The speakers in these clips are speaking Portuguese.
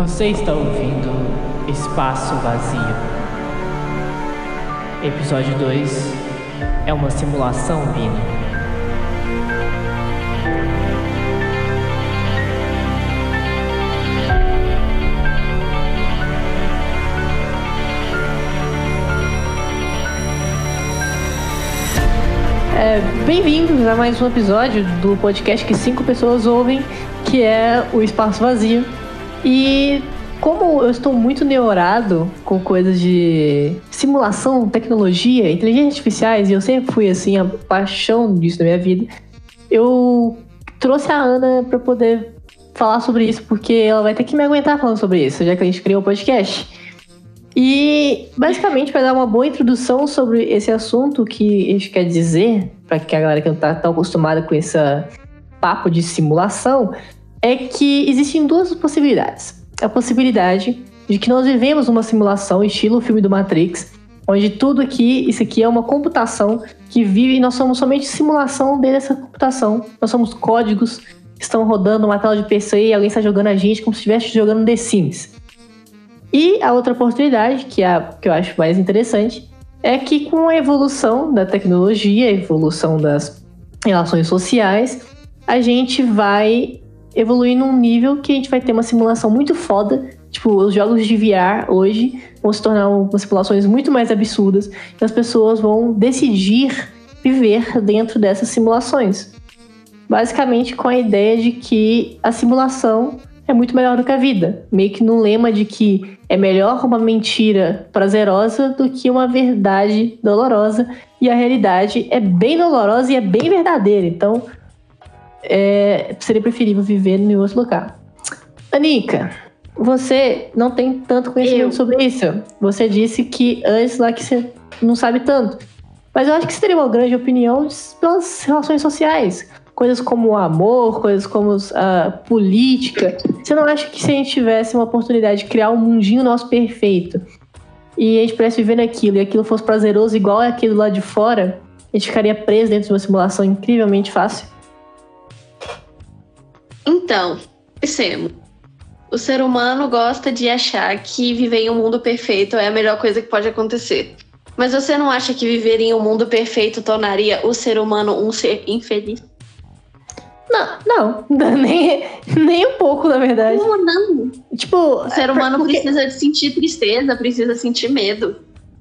Você está ouvindo Espaço Vazio. Episódio 2 é uma simulação, Vini. Bem-vindos a mais um episódio do podcast que 5 pessoas ouvem, que é o Espaço Vazio. E como eu estou muito neurado com coisas de simulação, tecnologia, inteligência artificiais, e eu sempre fui assim, a paixão disso na minha vida, eu trouxe a Ana para poder falar sobre isso, porque ela vai ter que me aguentar falando sobre isso, já que a gente criou um podcast. E basicamente, para dar uma boa introdução sobre esse assunto, que a gente quer dizer, para que a galera que não está tão acostumada com esse papo de simulação, é que existem duas possibilidades. A possibilidade de que nós vivemos uma simulação, estilo o filme do Matrix, onde tudo aqui, isso aqui é uma computação que vive e nós somos somente simulação dessa computação. Nós somos códigos que estão rodando uma tela de PC e alguém está jogando a gente como se estivesse jogando The Sims. E a outra oportunidade, que é a que eu acho mais interessante, é que com a evolução da tecnologia, a evolução das relações sociais, a gente vai evoluir num nível que a gente vai ter uma simulação muito foda. Tipo, os jogos de VR hoje vão se tornar umas simulações muito mais absurdas e as pessoas vão decidir viver dentro dessas simulações. Basicamente com a ideia de que a simulação é muito melhor do que a vida. Meio que no lema de que é melhor uma mentira prazerosa do que uma verdade dolorosa. E a realidade é bem dolorosa e é bem verdadeira. Então, seria preferível viver em outro lugar. Anica, você não tem tanto conhecimento sobre isso. Você disse que antes lá que você não sabe tanto. Mas eu acho que você teria uma grande opinião pelas relações sociais. Coisas como o amor, coisas como a política. Você não acha que se a gente tivesse uma oportunidade de criar um mundinho nosso perfeito e a gente pudesse viver naquilo e aquilo fosse prazeroso igual aquilo lá de fora, a gente ficaria preso dentro de uma simulação incrivelmente fácil? Então, pensemos. O ser humano gosta de achar que viver em um mundo perfeito é a melhor coisa que pode acontecer. Mas você não acha que viver em um mundo perfeito tornaria o ser humano um ser infeliz? Não, nem um pouco, na verdade. Como não? Tipo, o ser humano precisa de sentir tristeza, precisa sentir medo.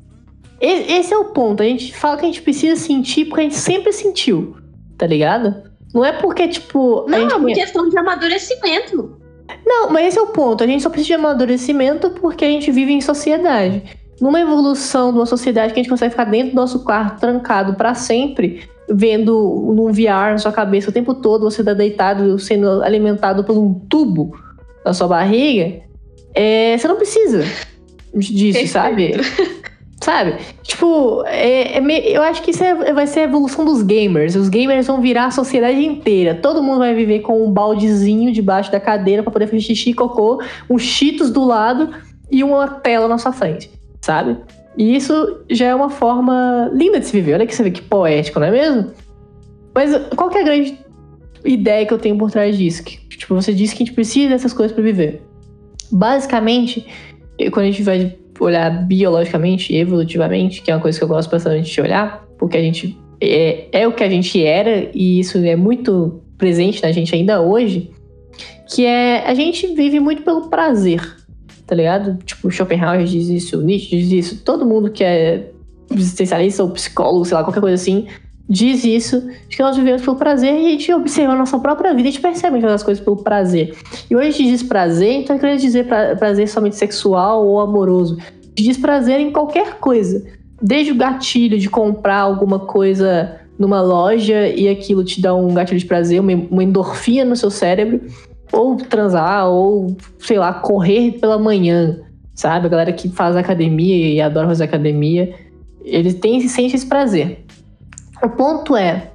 Esse é o ponto. A gente fala que a gente precisa sentir porque a gente sempre sentiu, tá ligado? Não é porque, tipo... Não, é uma questão de amadurecimento. Não, mas esse é o ponto. A gente só precisa de amadurecimento porque a gente vive em sociedade. Numa evolução de uma sociedade que a gente consegue ficar dentro do nosso quarto, trancado pra sempre, vendo num VR na sua cabeça o tempo todo, você tá deitado, sendo alimentado por um tubo na sua barriga, você não precisa disso, sabe? Sabe? Tipo, eu acho que isso vai ser a evolução dos gamers. Os gamers vão virar a sociedade inteira. Todo mundo vai viver com um baldezinho debaixo da cadeira pra poder fazer xixi e cocô, um Cheetos do lado e uma tela na sua frente, sabe? E isso já é uma forma linda de se viver. Olha que você vê que poético, não é mesmo? Mas qual que é a grande ideia que eu tenho por trás disso? Que, tipo, você disse que a gente precisa dessas coisas para viver. Basicamente, quando a gente vai olhar biologicamente e evolutivamente, que é uma coisa que eu gosto bastante de olhar, porque a gente é o que a gente era, e isso é muito presente na gente ainda hoje, que a gente vive muito pelo prazer. Tá ligado? Tipo, Schopenhauer diz isso, Nietzsche diz isso, todo mundo que é existencialista ou psicólogo, sei lá, qualquer coisa assim, diz isso, de que nós vivemos pelo prazer e a gente observa a nossa própria vida, a gente percebe que faz as coisas pelo prazer. E hoje a gente diz prazer, então não quer dizer prazer somente sexual ou amoroso. A gente diz prazer em qualquer coisa. Desde o gatilho de comprar alguma coisa numa loja e aquilo te dá um gatilho de prazer, uma endorfina no seu cérebro, ou transar, ou, sei lá, correr pela manhã, sabe? A galera que faz academia e adora fazer academia, eles sentem esse prazer. O ponto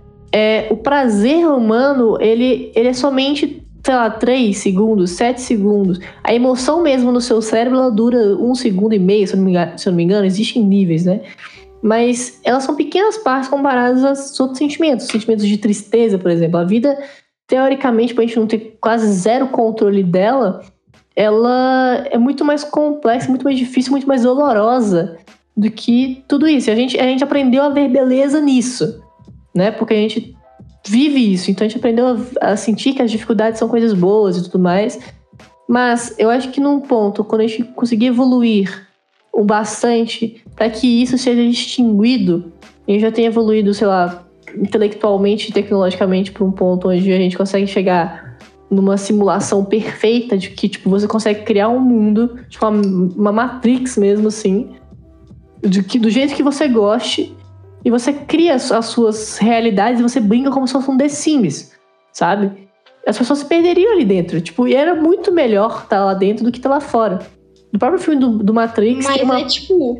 o prazer humano, ele é somente, sei lá, 3 segundos, 7 segundos. A emoção mesmo no seu cérebro, ela dura 1,5 segundos, se eu não me engano, existem níveis, né? Mas elas são pequenas partes comparadas aos outros sentimentos. Sentimentos de tristeza, por exemplo. A vida, teoricamente, pra gente não ter quase zero controle dela, ela é muito mais complexa, muito mais difícil, muito mais dolorosa do que tudo isso. A gente aprendeu a ver beleza nisso, né? Porque a gente vive isso, então a gente aprendeu a sentir que as dificuldades são coisas boas e tudo mais. Mas eu acho que num ponto, quando a gente conseguir evoluir o bastante para que isso seja distinguido, a gente já tem evoluído, sei lá, intelectualmente e tecnologicamente para um ponto onde a gente consegue chegar numa simulação perfeita de que, tipo, você consegue criar um mundo, tipo, uma Matrix mesmo, assim, do jeito que você goste, e você cria as suas realidades e você brinca como se fosse um The Sims, sabe? As pessoas se perderiam ali dentro, tipo, e era muito melhor estar lá dentro do que estar lá fora. No próprio filme do Matrix... Mas é tipo...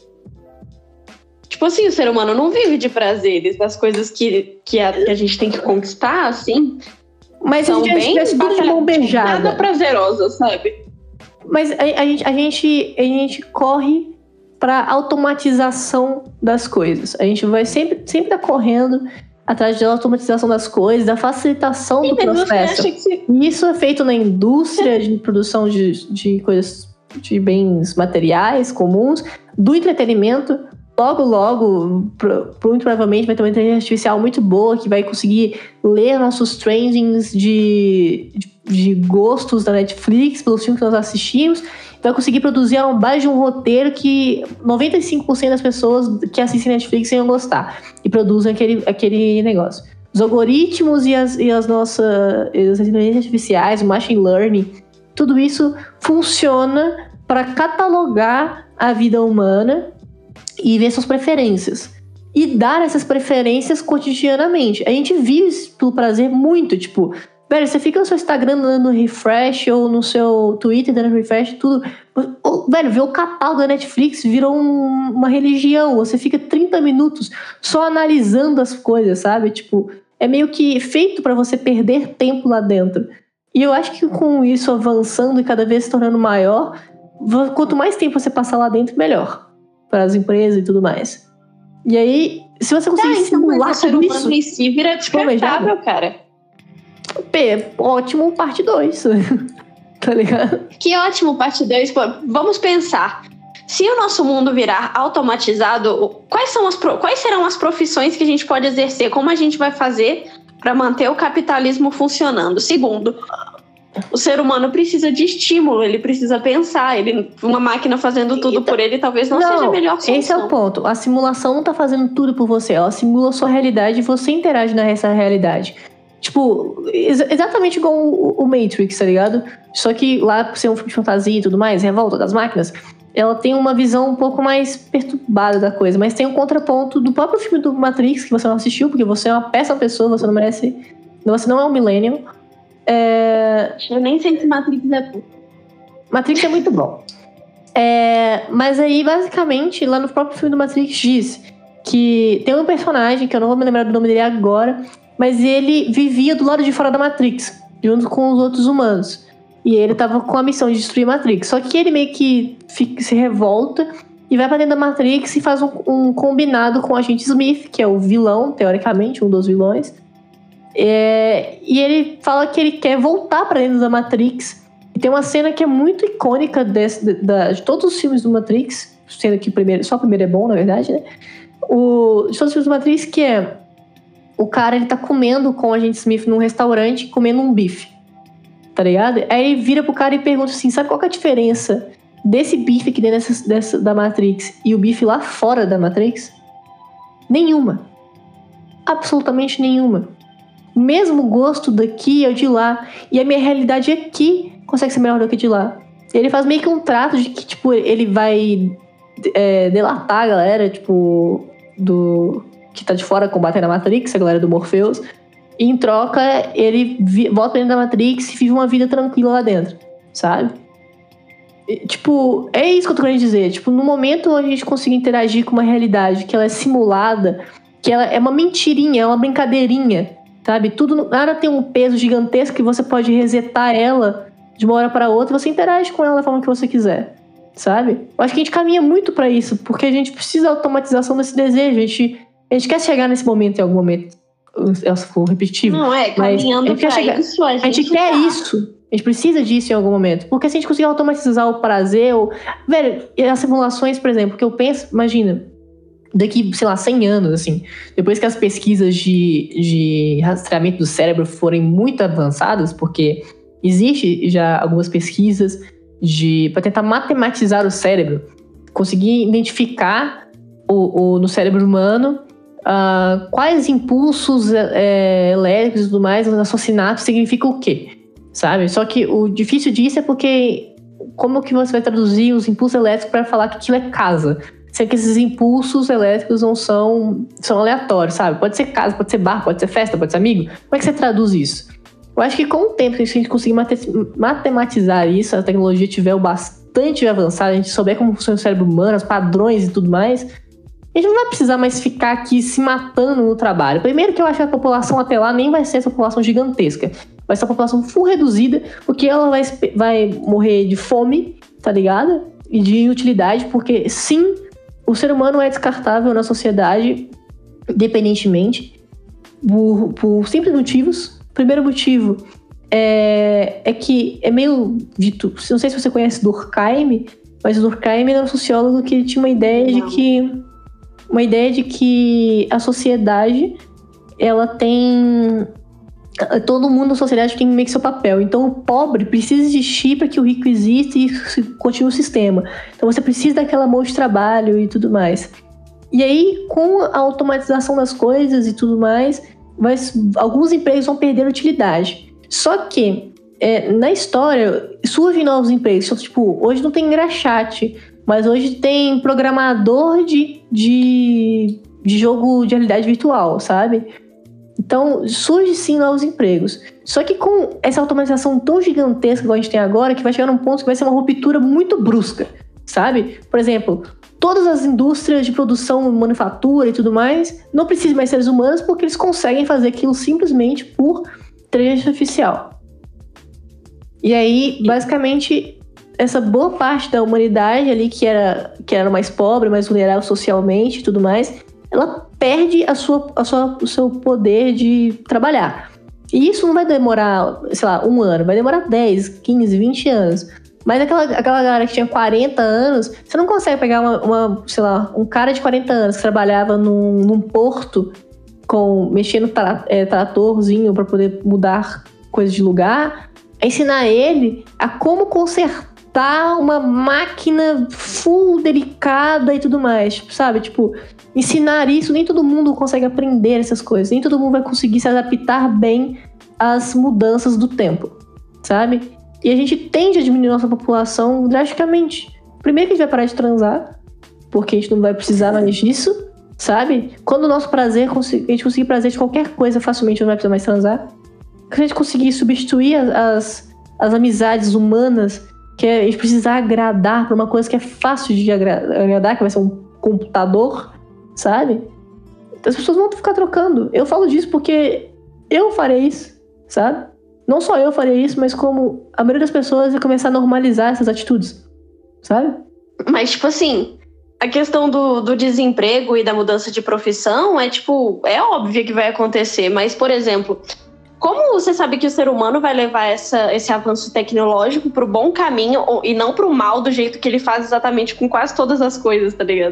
Tipo assim, o ser humano não vive de prazeres, das coisas que a gente tem que conquistar, assim. Mas são bem tudo de mão beijada. Nada prazerosa, sabe? Mas a gente corre para automatização das coisas. A gente vai sempre tá correndo atrás da automatização das coisas, da facilitação do processo. E isso é feito na indústria de produção de coisas, de bens materiais comuns, do entretenimento. Logo, muito provavelmente vai ter uma inteligência artificial muito boa que vai conseguir ler nossos trendings de gostos da Netflix, pelos filmes que nós assistimos, vai conseguir produzir a base de um roteiro que 95% das pessoas que assistem Netflix iam gostar e produzem aquele negócio. Os algoritmos e as inteligências artificiais, o machine learning, tudo isso funciona para catalogar a vida humana e ver suas preferências. E dar essas preferências cotidianamente. A gente vive pelo prazer muito, tipo... Velho, você fica no seu Instagram dando refresh, ou no seu Twitter dando refresh, tudo... Velho, ver o catálogo da Netflix virou uma religião. Você fica 30 minutos só analisando as coisas, sabe? Tipo, é meio que feito pra você perder tempo lá dentro. E eu acho que com isso avançando e cada vez se tornando maior, quanto mais tempo você passar lá dentro, melhor. Para as empresas e tudo mais. E aí, se você conseguir simular tudo isso... O ser humano em si vira descartável, cara. Ótimo, parte 2. Tá ligado? Que ótimo, parte 2. Vamos pensar. Se o nosso mundo virar automatizado, quais serão as profissões que a gente pode exercer? Como a gente vai fazer para manter o capitalismo funcionando? Segundo... O ser humano precisa de estímulo, ele precisa pensar. Uma máquina fazendo tudo por ele talvez não seja a melhor solução. Esse é o ponto. A simulação não tá fazendo tudo por você. Ela simula a sua realidade e você interage nessa realidade. Tipo, exatamente igual o Matrix, tá ligado? Só que lá, por ser um filme de fantasia e tudo mais, Revolta das Máquinas, ela tem uma visão um pouco mais perturbada da coisa. Mas tem um contraponto do próprio filme do Matrix, que você não assistiu, porque você é uma péssima pessoa, você não merece... Você não é um millennial. Eu nem sei se Matrix é bom. Matrix é muito bom. Mas aí, basicamente, lá no próprio filme do Matrix diz que tem um personagem, que eu não vou me lembrar do nome dele agora, mas ele vivia do lado de fora da Matrix, junto com os outros humanos. E ele tava com a missão de destruir a Matrix. Só que ele meio que se revolta e vai pra dentro da Matrix e faz um combinado com o agente Smith, que é o vilão, teoricamente, um dos vilões. E ele fala que ele quer voltar pra dentro da Matrix. E tem uma cena que é muito icônica de todos os filmes do Matrix, sendo que só o primeiro é bom, na verdade, né? De todos os filmes do Matrix, que é o cara, ele tá comendo com o agente Smith num restaurante, comendo um bife, tá ligado? Aí ele vira pro cara e pergunta assim, sabe qual que é a diferença desse bife aqui dentro da Matrix e o bife lá fora da Matrix? Nenhuma. Absolutamente nenhuma. O mesmo gosto daqui é o de lá. E a minha realidade aqui consegue ser melhor do que de lá. Ele faz meio que um trato de que, tipo, ele vai delatar a galera, tipo, que tá de fora combatendo a Matrix, a galera do Morpheus. E em troca, ele volta pra dentro da Matrix e vive uma vida tranquila lá dentro, sabe? E, tipo, é isso que eu tô querendo dizer. Tipo, no momento onde a gente consegue interagir com uma realidade que ela é simulada, que ela é uma mentirinha, é uma brincadeirinha, sabe? Nada tem um peso gigantesco que você pode resetar ela de uma hora para outra e você interage com ela da forma que você quiser, sabe? Eu acho que a gente caminha muito para isso, porque a gente precisa da automatização desse desejo. A gente quer chegar nesse momento em algum momento. Se for repetitivo. Não, caminhando para isso. A gente quer isso. A gente precisa disso em algum momento. Porque se a gente conseguir automatizar o prazer... Velho, as simulações, por exemplo, que eu penso... Imagina, daqui, sei lá, 100 anos, assim... Depois que as pesquisas de rastreamento do cérebro forem muito avançadas, porque existe já algumas pesquisas para tentar matematizar o cérebro, conseguir identificar no cérebro humano quais impulsos elétricos e tudo mais associados significam o quê, sabe? Só que o difícil disso é porque como que você vai traduzir os impulsos elétricos para falar que aquilo é casa? Sendo que esses impulsos elétricos não são aleatórios, sabe? Pode ser casa, pode ser bar, pode ser festa, pode ser amigo. Como é que você traduz isso? Eu acho que com o tempo, se a gente conseguir matematizar isso, a tecnologia estiver bastante avançada, a gente souber como funciona o cérebro humano, os padrões e tudo mais, a gente não vai precisar mais ficar aqui se matando no trabalho. Primeiro que eu acho que a população até lá nem vai ser essa população gigantesca. Vai ser uma população full reduzida, porque ela vai morrer de fome, tá ligado? E de inutilidade, porque sim, o ser humano é descartável na sociedade, independentemente, por simples motivos. Primeiro motivo é que é meio dito... Não sei se você conhece Durkheim, mas o Durkheim era um sociólogo que tinha uma ideia de que a sociedade, ela tem... Todo mundo na sociedade tem meio que seu papel. Então o pobre precisa existir para que o rico exista e continue o sistema. Então você precisa daquela mão de trabalho e tudo mais. E aí, com a automatização das coisas e tudo mais... alguns empregos vão perder utilidade. Só que, na história, surgem novos empregos. Então, tipo, hoje não tem engraxate, mas hoje tem programador de jogo de realidade virtual, sabe? Então, surge sim novos empregos. Só que com essa automatização tão gigantesca que a gente tem agora, que vai chegar num ponto que vai ser uma ruptura muito brusca, sabe? Por exemplo... Todas as indústrias de produção, manufatura e tudo mais não precisam mais de seres humanos porque eles conseguem fazer aquilo simplesmente por inteligência artificial. E aí, basicamente, essa boa parte da humanidade ali que era mais pobre, mais vulnerável socialmente e tudo mais, ela perde o seu poder de trabalhar. E isso não vai demorar, sei lá, 1 ano, vai demorar 10, 15, 20 anos. Mas aquela galera que tinha 40 anos, você não consegue pegar sei lá, um cara de 40 anos que trabalhava num porto mexendo tratorzinho para poder mudar coisas de lugar, ensinar ele a como consertar uma máquina full delicada e tudo mais, tipo, sabe? Tipo, ensinar isso, nem todo mundo consegue aprender essas coisas, nem todo mundo vai conseguir se adaptar bem às mudanças do tempo, sabe? E a gente tende a diminuir nossa população drasticamente. Primeiro que a gente vai parar de transar, porque a gente não vai precisar mais disso, sabe? Quando o nosso prazer, a gente conseguir prazer de qualquer coisa, facilmente não vai precisar mais transar. Quando a gente conseguir substituir as amizades humanas, que a gente precisar agradar para uma coisa que é fácil de agradar, que vai ser um computador, sabe? As pessoas vão ficar trocando. Eu falo disso porque eu farei isso, sabe? Não só eu faria isso, mas como a maioria das pessoas ia começar a normalizar essas atitudes, sabe? Mas, tipo assim, a questão do desemprego e da mudança de profissão é óbvio que vai acontecer. Mas, por exemplo, como você sabe que o ser humano vai levar esse avanço tecnológico pro bom caminho e não pro mal do jeito que ele faz exatamente com quase todas as coisas, tá ligado?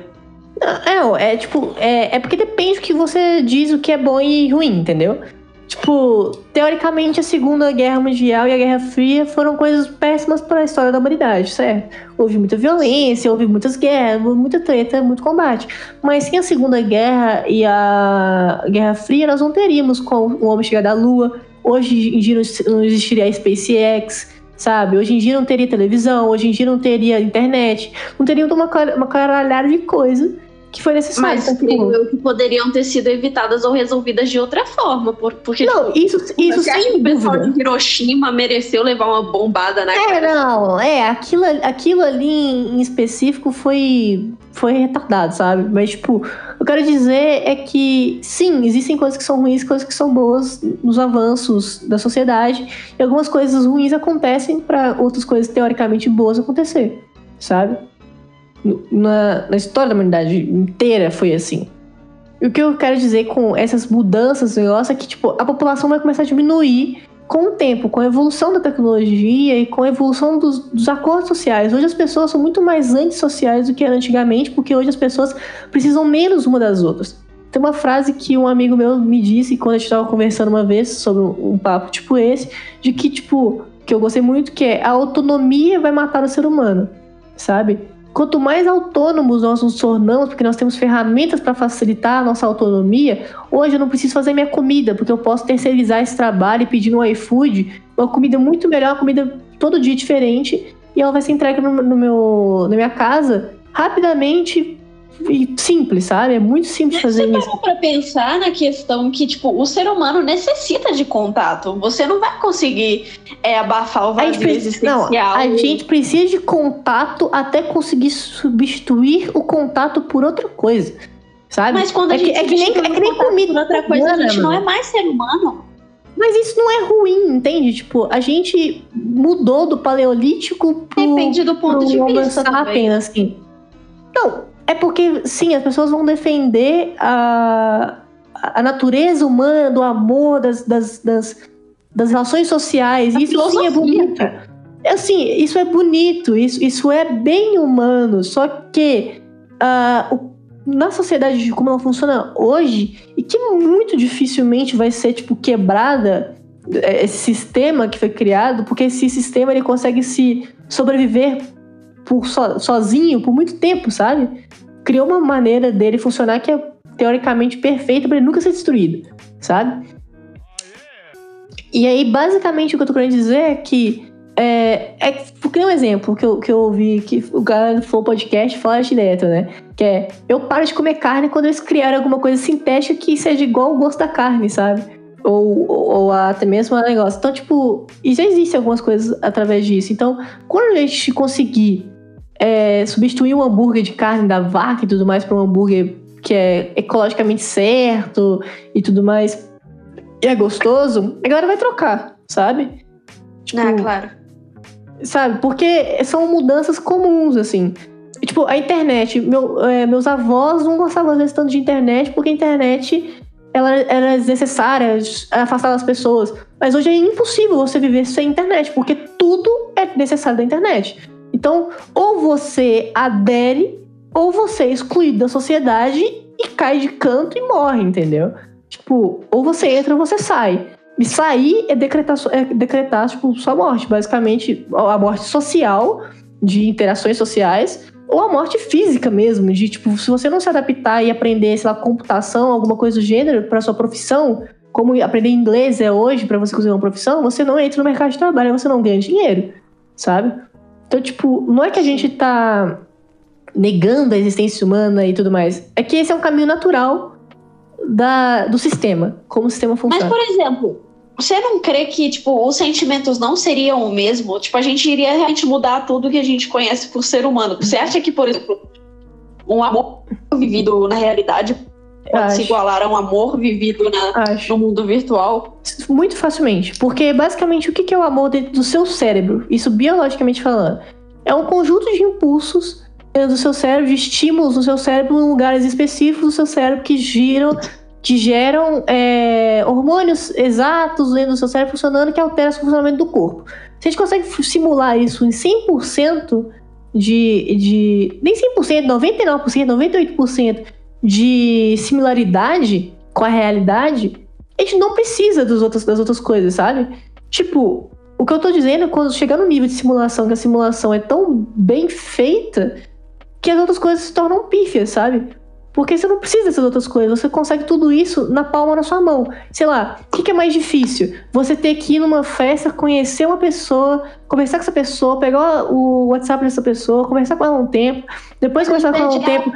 É porque depende do que você diz o que é bom e ruim, entendeu? Tipo, teoricamente a Segunda Guerra Mundial e a Guerra Fria foram coisas péssimas para a história da humanidade, certo? Houve muita violência, houve muitas guerras, muita treta, muito combate. Mas sem a Segunda Guerra e a Guerra Fria, nós não teríamos como o homem chegar da Lua. Hoje em dia não existiria a SpaceX, sabe? Hoje em dia não teria televisão, hoje em dia não teria internet, não teria uma caralhada de coisa que foi necessário. Mas creio eu que poderiam ter sido evitadas ou resolvidas de outra forma. Porque, não, tipo, isso você acha que o pessoal de Hiroshima mereceu levar uma bombada na cara? Aquilo ali em específico foi retardado, sabe? Mas, tipo, eu quero dizer é que, sim, existem coisas que são ruins e coisas que são boas nos avanços da sociedade. E algumas coisas ruins acontecem para outras coisas teoricamente boas acontecer, sabe? Na história da humanidade inteira foi assim. E o que eu quero dizer com essas mudanças do negócio é que, tipo, a população vai começar a diminuir com o tempo, com a evolução da tecnologia e com a evolução dos acordos sociais, hoje as pessoas são muito mais antissociais do que eram antigamente, porque hoje as pessoas precisam menos uma das outras. Tem uma frase que um amigo meu me disse quando a gente estava conversando uma vez sobre um papo tipo esse, de que, tipo, que eu gostei muito, que é: a autonomia vai matar o ser humano, sabe? Quanto mais autônomos nós nos tornamos, porque nós temos ferramentas para facilitar a nossa autonomia, hoje eu não preciso fazer minha comida, porque eu posso terceirizar esse trabalho e pedir no iFood uma comida muito melhor, uma comida todo dia diferente, e ela vai ser entregue na minha casa rapidamente e simples, sabe? É muito simples fazer isso. Você parou pra pensar na questão que, tipo, o ser humano necessita de contato. Você não vai conseguir abafar o vazio existencial. Não, a gente precisa de contato até conseguir substituir o contato por outra coisa, sabe? Mas quando a gente é que nem comida por outra coisa, a gente não é mais ser humano. Mas isso não é ruim, entende? Tipo, a gente mudou do paleolítico Depende do ponto de vista sapiens, assim. Não, é porque, sim, as pessoas vão defender a natureza humana, do amor, das relações sociais. Isso sim é bonito. Assim, isso é bonito, isso é bem humano. Só que na sociedade como ela funciona hoje, e que muito dificilmente vai ser, tipo, quebrada, esse sistema que foi criado, porque esse sistema ele consegue se sobreviver sozinho por muito tempo, sabe? Criou uma maneira dele funcionar que é teoricamente perfeita para ele nunca ser destruído, sabe? E aí, basicamente, o que eu tô querendo dizer é que porque um exemplo que eu ouvi, que o cara do Flow Podcast fala direto, né? Que é: eu paro de comer carne quando eles criaram alguma coisa sintética que seja igual ao gosto da carne, sabe? Ou até mesmo um negócio. Então, tipo, e já existem algumas coisas através disso. Então, quando a gente conseguir substituir um hambúrguer de carne da vaca e tudo mais por um hambúrguer que é ecologicamente certo e tudo mais, e é gostoso, a galera vai trocar, sabe? Tipo, claro. Sabe? Porque são mudanças comuns, assim. Tipo, a internet. Meus avós não gostavam às vezes tanto de internet, porque a internet ela era desnecessária, afastar das pessoas. Mas hoje é impossível você viver sem internet, porque tudo é necessário da internet. Então, ou você adere, ou você é excluído da sociedade e cai de canto e morre, entendeu? Tipo, ou você entra ou você sai. E sair é decretar tipo, sua morte. Basicamente, a morte social, de interações sociais, ou a morte física mesmo, de, tipo, se você não se adaptar e aprender, sei lá, computação, alguma coisa do gênero, para sua profissão, como aprender inglês hoje, para você conseguir uma profissão, você não entra no mercado de trabalho, você não ganha dinheiro, sabe? Então, tipo, não é que a gente tá negando a existência humana e tudo mais. É que esse é um caminho natural do sistema, como o sistema funciona. Mas, por exemplo, você não crê que, tipo, os sentimentos não seriam o mesmo? Tipo, a gente iria realmente mudar tudo que a gente conhece por ser humano. Você acha que, por exemplo, um amor vivido na realidade pode se igualar a um amor vivido no mundo virtual? Muito facilmente. Porque, basicamente, o que é o amor dentro do seu cérebro? Isso biologicamente falando. É um conjunto de impulsos dentro do seu cérebro, de estímulos no seu cérebro, em lugares específicos do seu cérebro que geram hormônios exatos dentro do seu cérebro funcionando, que alteram o funcionamento do corpo. Se a gente consegue simular isso em 100% nem 100%, 99%, 98% de similaridade com a realidade, a gente não precisa das outras coisas, sabe? Tipo, o que eu tô dizendo é quando chegar no nível de simulação, que a simulação é tão bem feita que as outras coisas se tornam pífias, sabe? Porque você não precisa dessas outras coisas, você consegue tudo isso na palma da sua mão. Sei lá, o que é mais difícil? Você ter que ir numa festa, conhecer uma pessoa, conversar com essa pessoa, pegar o WhatsApp dessa pessoa, conversar com ela um tempo, depois conversar com ela um tempo.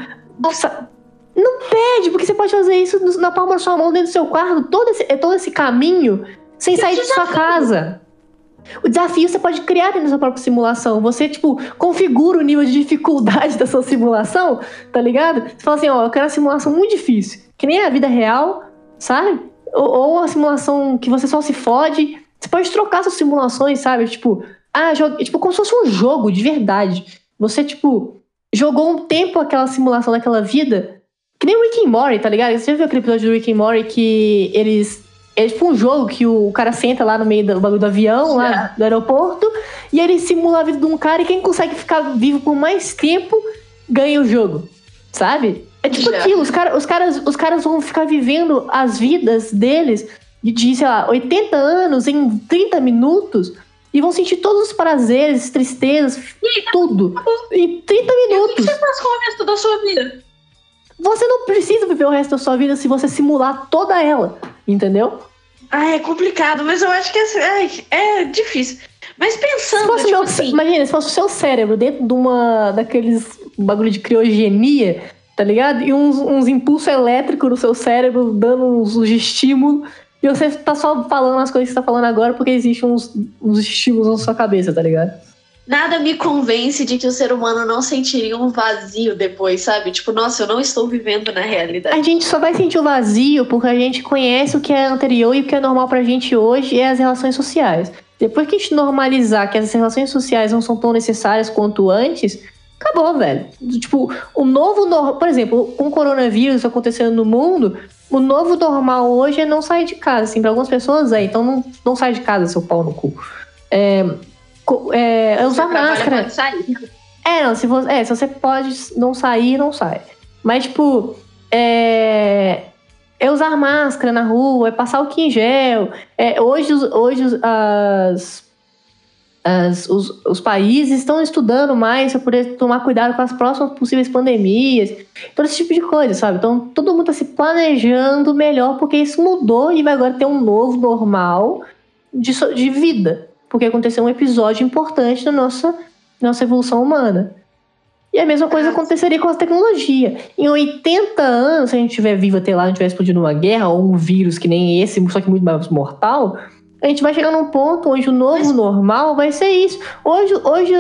Não pede, porque você pode fazer isso na palma da sua mão, dentro do seu quarto, todo esse caminho, sem sair de sua casa. O desafio você pode criar dentro da sua própria simulação. Você, tipo, configura o nível de dificuldade da sua simulação, tá ligado? Você fala assim, eu quero uma simulação muito difícil, que nem a vida real, sabe? Ou uma simulação que você só se fode. Você pode trocar suas simulações, sabe? Tipo, como se fosse um jogo de verdade. Você, tipo, jogou um tempo aquela simulação daquela vida, que nem o Rick and Morty, tá ligado? Você já viu aquele episódio do Rick and Morty que eles É tipo um jogo que o cara senta lá no meio do bagulho do avião, lá do aeroporto, e ele simula a vida de um cara e quem consegue ficar vivo por mais tempo ganha o jogo, sabe? É tipo aquilo, os caras vão ficar vivendo as vidas deles de, sei lá, 80 anos em 30 minutos e vão sentir todos os prazeres, tristezas, tudo. Em 30 minutos. O que você faz com o resto da sua vida? Você não precisa viver o resto da sua vida se você simular toda ela, entendeu? É complicado, mas eu acho que é difícil. Mas pensando, imagina, se fosse o seu cérebro dentro de daqueles bagulho de criogenia, tá ligado? E uns impulsos elétricos no seu cérebro, dando uns estímulos, e você tá só falando as coisas que você tá falando agora porque existem uns estímulos na sua cabeça, tá ligado? Nada me convence de que o ser humano não sentiria um vazio depois, sabe? Tipo, nossa, eu não estou vivendo na realidade. A gente só vai sentir o vazio porque a gente conhece o que é anterior e o que é normal pra gente hoje é as relações sociais. Depois que a gente normalizar que as relações sociais não são tão necessárias quanto antes, acabou, velho. Tipo, o novo normal... Por exemplo, com o coronavírus acontecendo no mundo, o novo normal hoje é não sair de casa. Assim, pra algumas pessoas então não sai de casa, seu pau no cu. Usar máscara. Pode sair. Se você pode não sair, não sai. Mas, tipo, é usar máscara na rua, é passar álcool em gel. Hoje os países estão estudando mais para poder tomar cuidado com as próximas possíveis pandemias. Todo esse tipo de coisa, sabe? Então, todo mundo está se planejando melhor porque isso mudou e vai agora ter um novo normal de vida. Porque aconteceu um episódio importante na nossa evolução humana. E a mesma coisa aconteceria com a tecnologia. Em 80 anos, se a gente estiver vivo até lá, a gente estiver explodindo uma guerra ou um vírus que nem esse, só que muito mais mortal, a gente vai chegar num ponto onde o novo normal vai ser isso. Hoje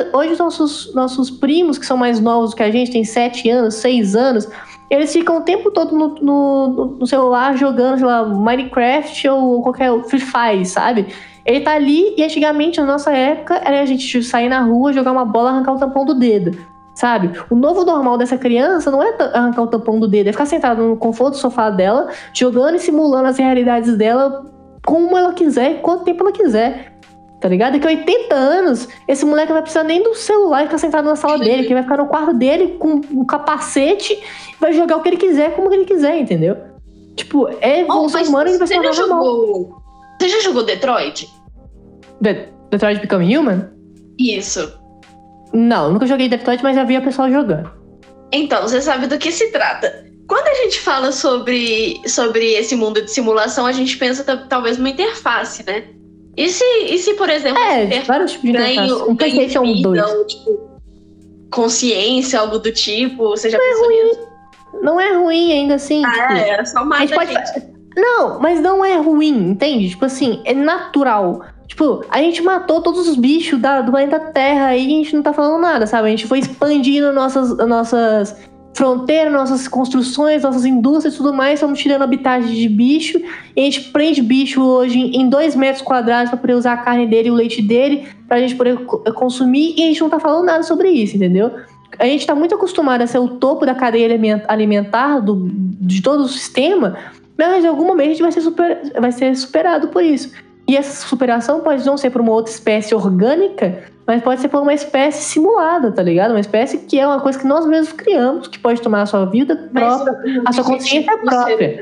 nossos primos, que são mais novos que a gente, tem 7 anos, 6 anos, eles ficam o tempo todo no celular jogando, sei lá, Minecraft ou qualquer Free Fire, sabe? Ele tá ali e antigamente, na nossa época, era a gente sair na rua, jogar uma bola, arrancar o tampão do dedo, sabe? O novo normal dessa criança não é arrancar o tampão do dedo, é ficar sentada no conforto do sofá dela, jogando e simulando as realidades dela como ela quiser e quanto tempo ela quiser, tá ligado? Daqui a 80 anos, esse moleque não vai precisar nem do celular e ficar sentado na sala dele, que ele vai ficar no quarto dele com um capacete e vai jogar o que ele quiser, como ele quiser, entendeu? Tipo, é evolução humana e vai ser normal. Você já jogou Detroit? Detroit Become Human? Isso. Não, nunca joguei Detroit, mas já vi a pessoa jogando. Então, você sabe do que se trata. Quando a gente fala sobre esse mundo de simulação, a gente pensa talvez numa interface, né? E se por exemplo... vários tipos de interface. Um PlayStation 2. Ou, tipo, consciência, algo do tipo. Você já pensou nisso? Não é ruim ainda assim. Era só mais a gente. Não, mas não é ruim, entende? Tipo assim, é natural. Tipo, a gente matou todos os bichos do planeta Terra e a gente não tá falando nada, sabe? A gente foi expandindo nossas fronteiras, nossas construções, nossas indústrias e tudo mais. Estamos tirando habitat de bicho. E a gente prende bicho hoje em 2 metros quadrados pra poder usar a carne dele e o leite dele, pra gente poder consumir. E a gente não tá falando nada sobre isso, entendeu? A gente tá muito acostumado a ser o topo da cadeia alimentar de todo o sistema, mas em algum momento a gente vai ser superado por isso. E essa superação pode não ser por uma outra espécie orgânica, mas pode ser por uma espécie simulada, tá ligado? Uma espécie que é uma coisa que nós mesmos criamos, que pode tomar a sua vida própria, a sua consciência própria.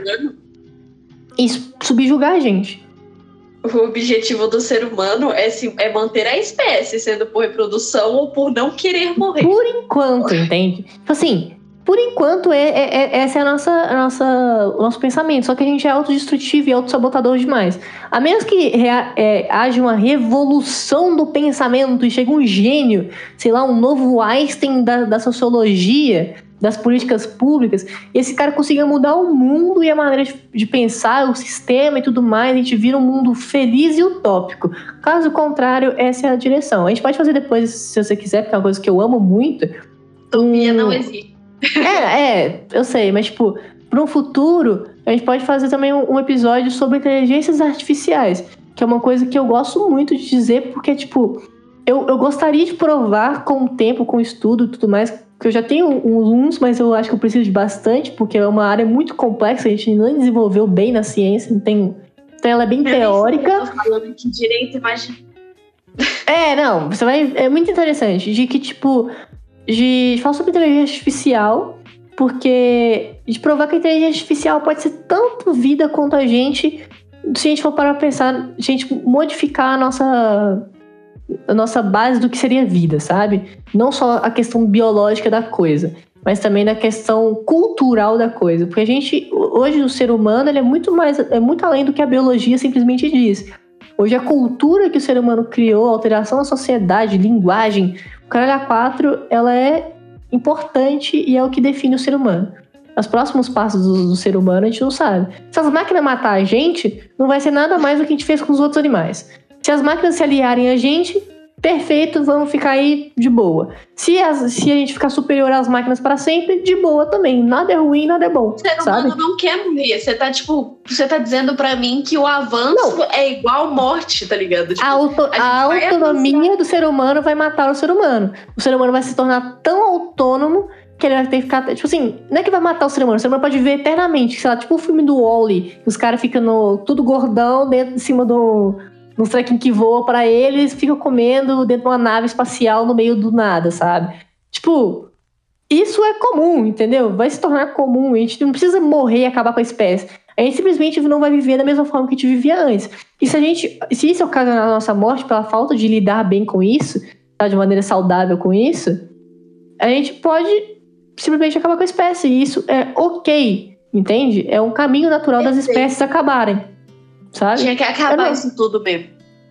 E subjugar a gente. O objetivo do ser humano é manter a espécie, sendo por reprodução ou por não querer morrer. Por enquanto, entende? Tipo assim, por enquanto, essa é o nosso pensamento. Só que a gente é autodestrutivo e autossabotador demais. A menos que haja uma revolução do pensamento e chegue um gênio, sei lá, um novo Einstein da sociologia, das políticas públicas, e esse cara consiga mudar o mundo e a maneira de pensar, o sistema e tudo mais, a gente vira um mundo feliz e utópico. Caso contrário, essa é a direção. A gente pode fazer depois, se você quiser, porque é uma coisa que eu amo muito. Utopia não existe. Eu sei, mas tipo, para um futuro, a gente pode fazer também um episódio sobre inteligências artificiais, que é uma coisa que eu gosto muito de dizer, porque tipo, eu gostaria de provar com o tempo, com o estudo e tudo mais, que eu já tenho uns, mas eu acho que eu preciso de bastante, porque é uma área muito complexa, a gente não desenvolveu bem na ciência, não tem Então ela é bem teórica. Eu tô falando que direito, imagina. Não, você vai... É muito interessante. De que, tipo... De falar sobre inteligência artificial, porque... De provar que a inteligência artificial pode ser tanto vida quanto a gente... Se a gente for parar pra pensar... A gente modificar a nossa base do que seria vida, sabe? Não só a questão biológica da coisa, mas também da questão cultural da coisa. Porque a gente... Hoje, o ser humano, ele é muito além do que a biologia simplesmente diz. Hoje, a cultura que o ser humano criou, a alteração da sociedade, linguagem, o caralho a quatro, ela é importante e é o que define o ser humano. Os próximos passos do ser humano, a gente não sabe. Se as máquinas matar a gente, não vai ser nada mais do que a gente fez com os outros animais. Se as máquinas se aliarem a gente, perfeito, vamos ficar aí de boa. Se a gente ficar superior às máquinas para sempre, de boa também. Nada é ruim, nada é bom. O ser humano não quer morrer. Você tá dizendo pra mim que o avanço é igual morte, tá ligado? Tipo, a autonomia do ser humano vai matar o ser humano. O ser humano vai se tornar tão autônomo que ele vai ter que ficar... Tipo assim, não é que vai matar o ser humano pode viver eternamente. Sei lá, tipo o filme do Wall-E, que os caras ficam tudo gordão dentro de cima nos trequinhos que voam pra eles, ficam comendo dentro de uma nave espacial no meio do nada, sabe? Tipo, isso é comum, entendeu? Vai se tornar comum. A gente não precisa morrer e acabar com a espécie. A gente simplesmente não vai viver da mesma forma que a gente vivia antes. E se isso ocasionar a nossa morte pela falta de lidar bem com isso, tá, de maneira saudável com isso, a gente pode simplesmente acabar com a espécie. E isso é ok, entende? É um caminho natural das espécies acabarem. Sabe? Tinha que acabar isso tudo mesmo.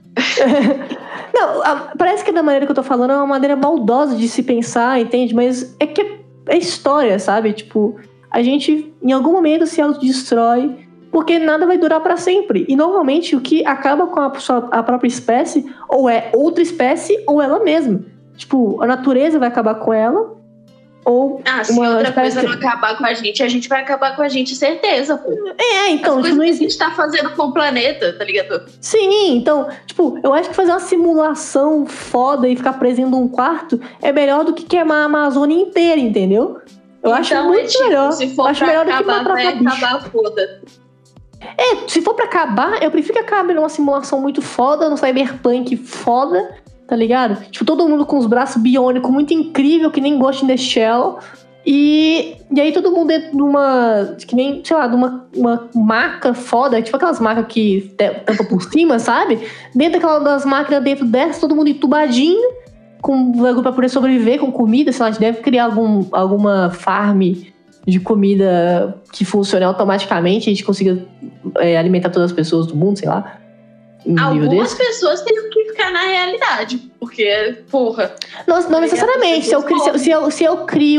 Não, parece que da maneira que eu tô falando é uma maneira maldosa de se pensar, entende? Mas é que é história, sabe? Tipo, a gente em algum momento se autodestrói porque nada vai durar pra sempre. E normalmente o que acaba com a própria espécie ou é outra espécie ou ela mesma. Tipo, a natureza vai acabar com ela. Ou se outra coisa não acabar com a gente vai acabar com a gente, certeza, pô. Então... As coisas que a gente tá fazendo com o planeta, tá ligado? Sim, então, tipo, eu acho que fazer uma simulação foda e ficar preso em um quarto é melhor do que queimar a Amazônia inteira, entendeu? Eu acho muito melhor. Se for acho pra melhor acabar, do que vai acabar, foda. Se for pra acabar, eu prefiro que acabe numa simulação muito foda, no cyberpunk foda, tá ligado? Tipo, todo mundo com os braços biônicos, muito incrível, que nem Ghost in the Shell. E aí todo mundo dentro de uma... Que nem, sei lá, de uma maca foda. Tipo aquelas macas que tampa por cima, sabe? Dentro das máquinas, dentro dessa, todo mundo entubadinho. Com bagulho pra poder sobreviver, com comida. Sei lá, a gente deve criar alguma farm de comida que funcione automaticamente. A gente consiga alimentar todas as pessoas do mundo, sei lá. Algumas pessoas têm que ficar na realidade, porque, porra... Não necessariamente. Se eu crio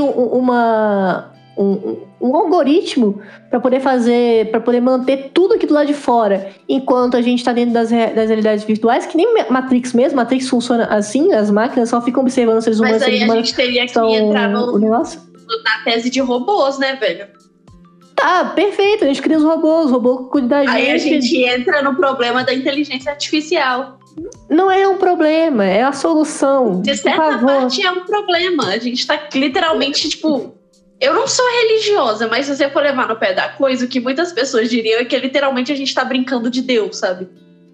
um algoritmo para poder manter tudo aqui do lado de fora, enquanto a gente tá dentro das realidades virtuais, que nem Matrix mesmo. Matrix funciona assim, as máquinas só ficam observando os seres humanos. Mas aí a gente teria que entrar na tese de robôs, né, velho? Tá, perfeito, a gente cria os robôs cuidam da gente. Aí a gente entra no problema da inteligência artificial. Não é um problema, é a solução. De certa parte é um problema. A gente tá literalmente, tipo... Eu não sou religiosa, mas se você for levar no pé da coisa, o que muitas pessoas diriam é que literalmente a gente tá brincando de Deus, sabe?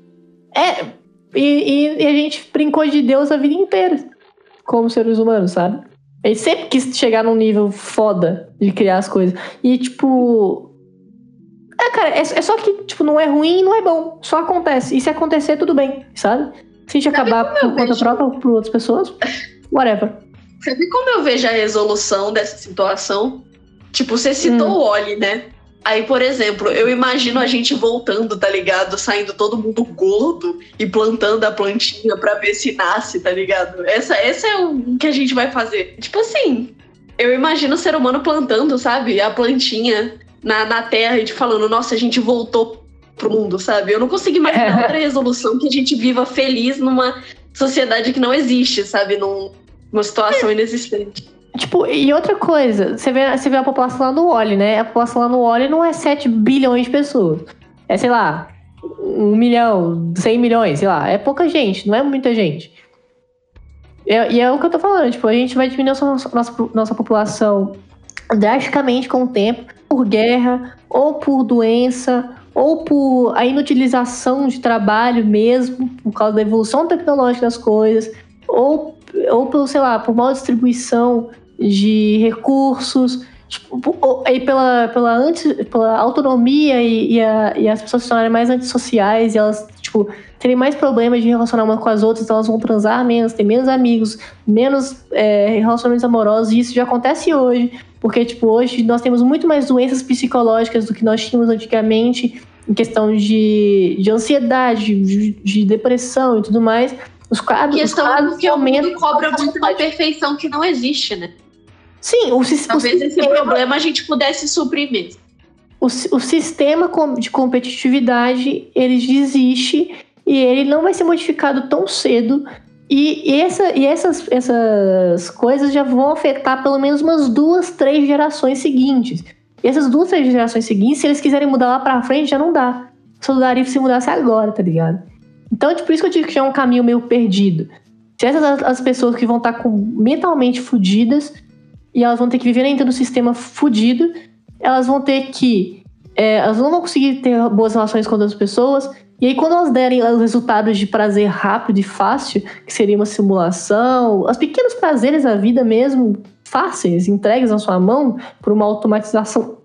E a gente brincou de Deus a vida inteira, como seres humanos, sabe? A gente sempre quis chegar num nível foda de criar as coisas. E, tipo... cara, é só que, tipo, não é ruim e não é bom. Só acontece. E se acontecer, tudo bem, sabe? Se a gente acabar por conta própria ou por outras pessoas, whatever. Sabe como eu vejo a resolução dessa situação? Tipo, você citou o Oli, né? Aí, por exemplo, eu imagino a gente voltando, tá ligado? Saindo todo mundo gordo e plantando a plantinha pra ver se nasce, tá ligado? Essa é o que a gente vai fazer. Tipo assim, eu imagino o ser humano plantando, sabe? A plantinha na terra e falando, nossa, a gente voltou pro mundo, sabe? Eu não consigo imaginar outra resolução que a gente viva feliz numa sociedade que não existe, sabe? Numa situação inexistente. Tipo, e outra coisa, você vê a população lá no Oli, né? A população lá no Oli não é 7 bilhões de pessoas. É, sei lá, 1 milhão, 100 milhões, sei lá. É pouca gente, não é muita gente. E é o que eu tô falando, tipo, a gente vai diminuir nossa população drasticamente com o tempo, por guerra, ou por doença, ou por a inutilização de trabalho mesmo, por causa da evolução tecnológica das coisas, ou por, sei lá, por mal distribuição de recursos, tipo, aí pela autonomia e as pessoas se tornarem mais antissociais e elas, tipo, terem mais problemas de relacionar uma com as outras, então elas vão transar menos, ter menos amigos, menos relacionamentos amorosos, e isso já acontece hoje, porque, tipo, hoje nós temos muito mais doenças psicológicas do que nós tínhamos antigamente, em questão de ansiedade, de depressão e tudo mais. Os casos que o mundo cobra muito uma perfeição que não existe, né? Sim, talvez esse problema a gente pudesse suprir mesmo. O sistema de competitividade, ele existe e ele não vai ser modificado tão cedo. E essas coisas já vão afetar pelo menos umas 2, 3 gerações seguintes. E essas 2, 3 gerações seguintes, se eles quiserem mudar lá pra frente, já não dá. Só daria se mudasse agora, tá ligado? Então, tipo, por isso que eu digo que já é um caminho meio perdido. Se as pessoas que vão estar mentalmente fodidas e elas vão ter que viver ainda no sistema fudido, elas vão ter que... elas não vão conseguir ter boas relações com outras pessoas. E aí, quando elas derem os resultados de prazer rápido e fácil, que seria uma simulação, os pequenos prazeres da vida mesmo, fáceis, entregues na sua mão, por uma automatização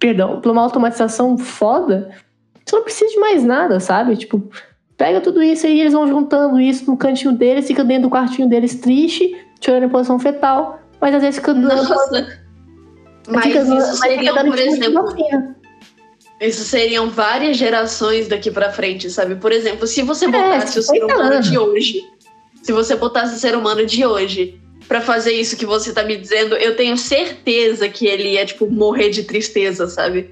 foda, você não precisa de mais nada, sabe? Tipo, pega tudo isso aí, eles vão juntando isso no cantinho deles, fica dentro do quartinho deles triste, chorando em posição fetal, mas às vezes fica dando... Nossa! Mas isso seriam, por exemplo... Isso seriam várias gerações daqui pra frente, sabe? Por exemplo, se você botasse o ser humano de hoje, se você botasse o ser humano de hoje pra fazer isso que você tá me dizendo, eu tenho certeza que ele ia, tipo, morrer de tristeza, sabe?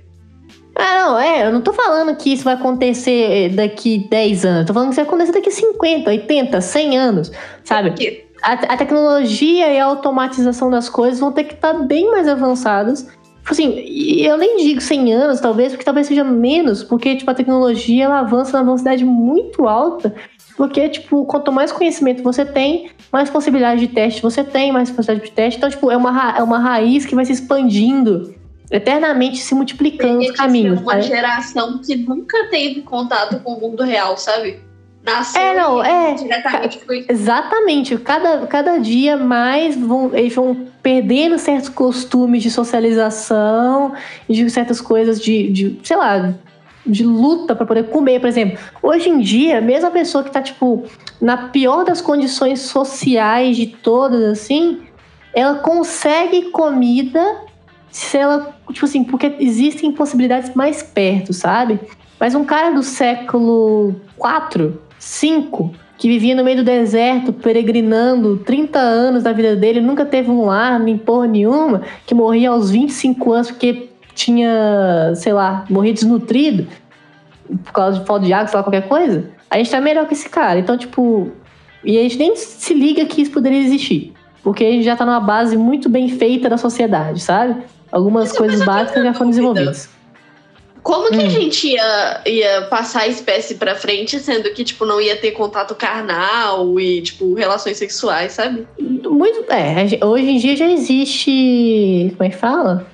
Eu não tô falando que isso vai acontecer daqui 10 anos, eu tô falando que isso vai acontecer daqui 50, 80, 100 anos, sabe? A tecnologia e a automatização das coisas vão ter que estar bem mais avançadas. Assim, eu nem digo 100 anos, talvez, porque talvez seja menos, porque, tipo, a tecnologia, ela avança na velocidade muito alta, porque, tipo, quanto mais conhecimento você tem, mais possibilidade de teste você tem, mais possibilidade de teste, então, tipo, é uma raiz que vai se expandindo, eternamente se multiplicando os caminhos. Uma geração que nunca teve contato com o mundo real, sabe? Nasceu diretamente com isso. Exatamente. Cada dia mais eles vão perdendo certos costumes de socialização, de certas coisas de sei lá, de luta para poder comer, por exemplo. Hoje em dia, mesmo a pessoa que tá, tipo, na pior das condições sociais de todas, assim, ela consegue comida se ela, tipo assim, porque existem possibilidades mais perto, sabe? Mas um cara do século 4, 5, que vivia no meio do deserto, peregrinando 30 anos da vida dele, nunca teve um lar, nem porra nenhuma, que morria aos 25 anos porque tinha, sei lá, morria desnutrido por causa de falta de água, sei lá, qualquer coisa, a gente tá melhor que esse cara. Então, tipo, e a gente nem se liga que isso poderia existir, porque a gente já tá numa base muito bem feita da sociedade, sabe? Algumas coisas básicas já foram desenvolvidas. Como que a gente ia passar a espécie pra frente, sendo que, tipo, não ia ter contato carnal e, tipo, relações sexuais, sabe? Hoje em dia já existe... Como é que fala?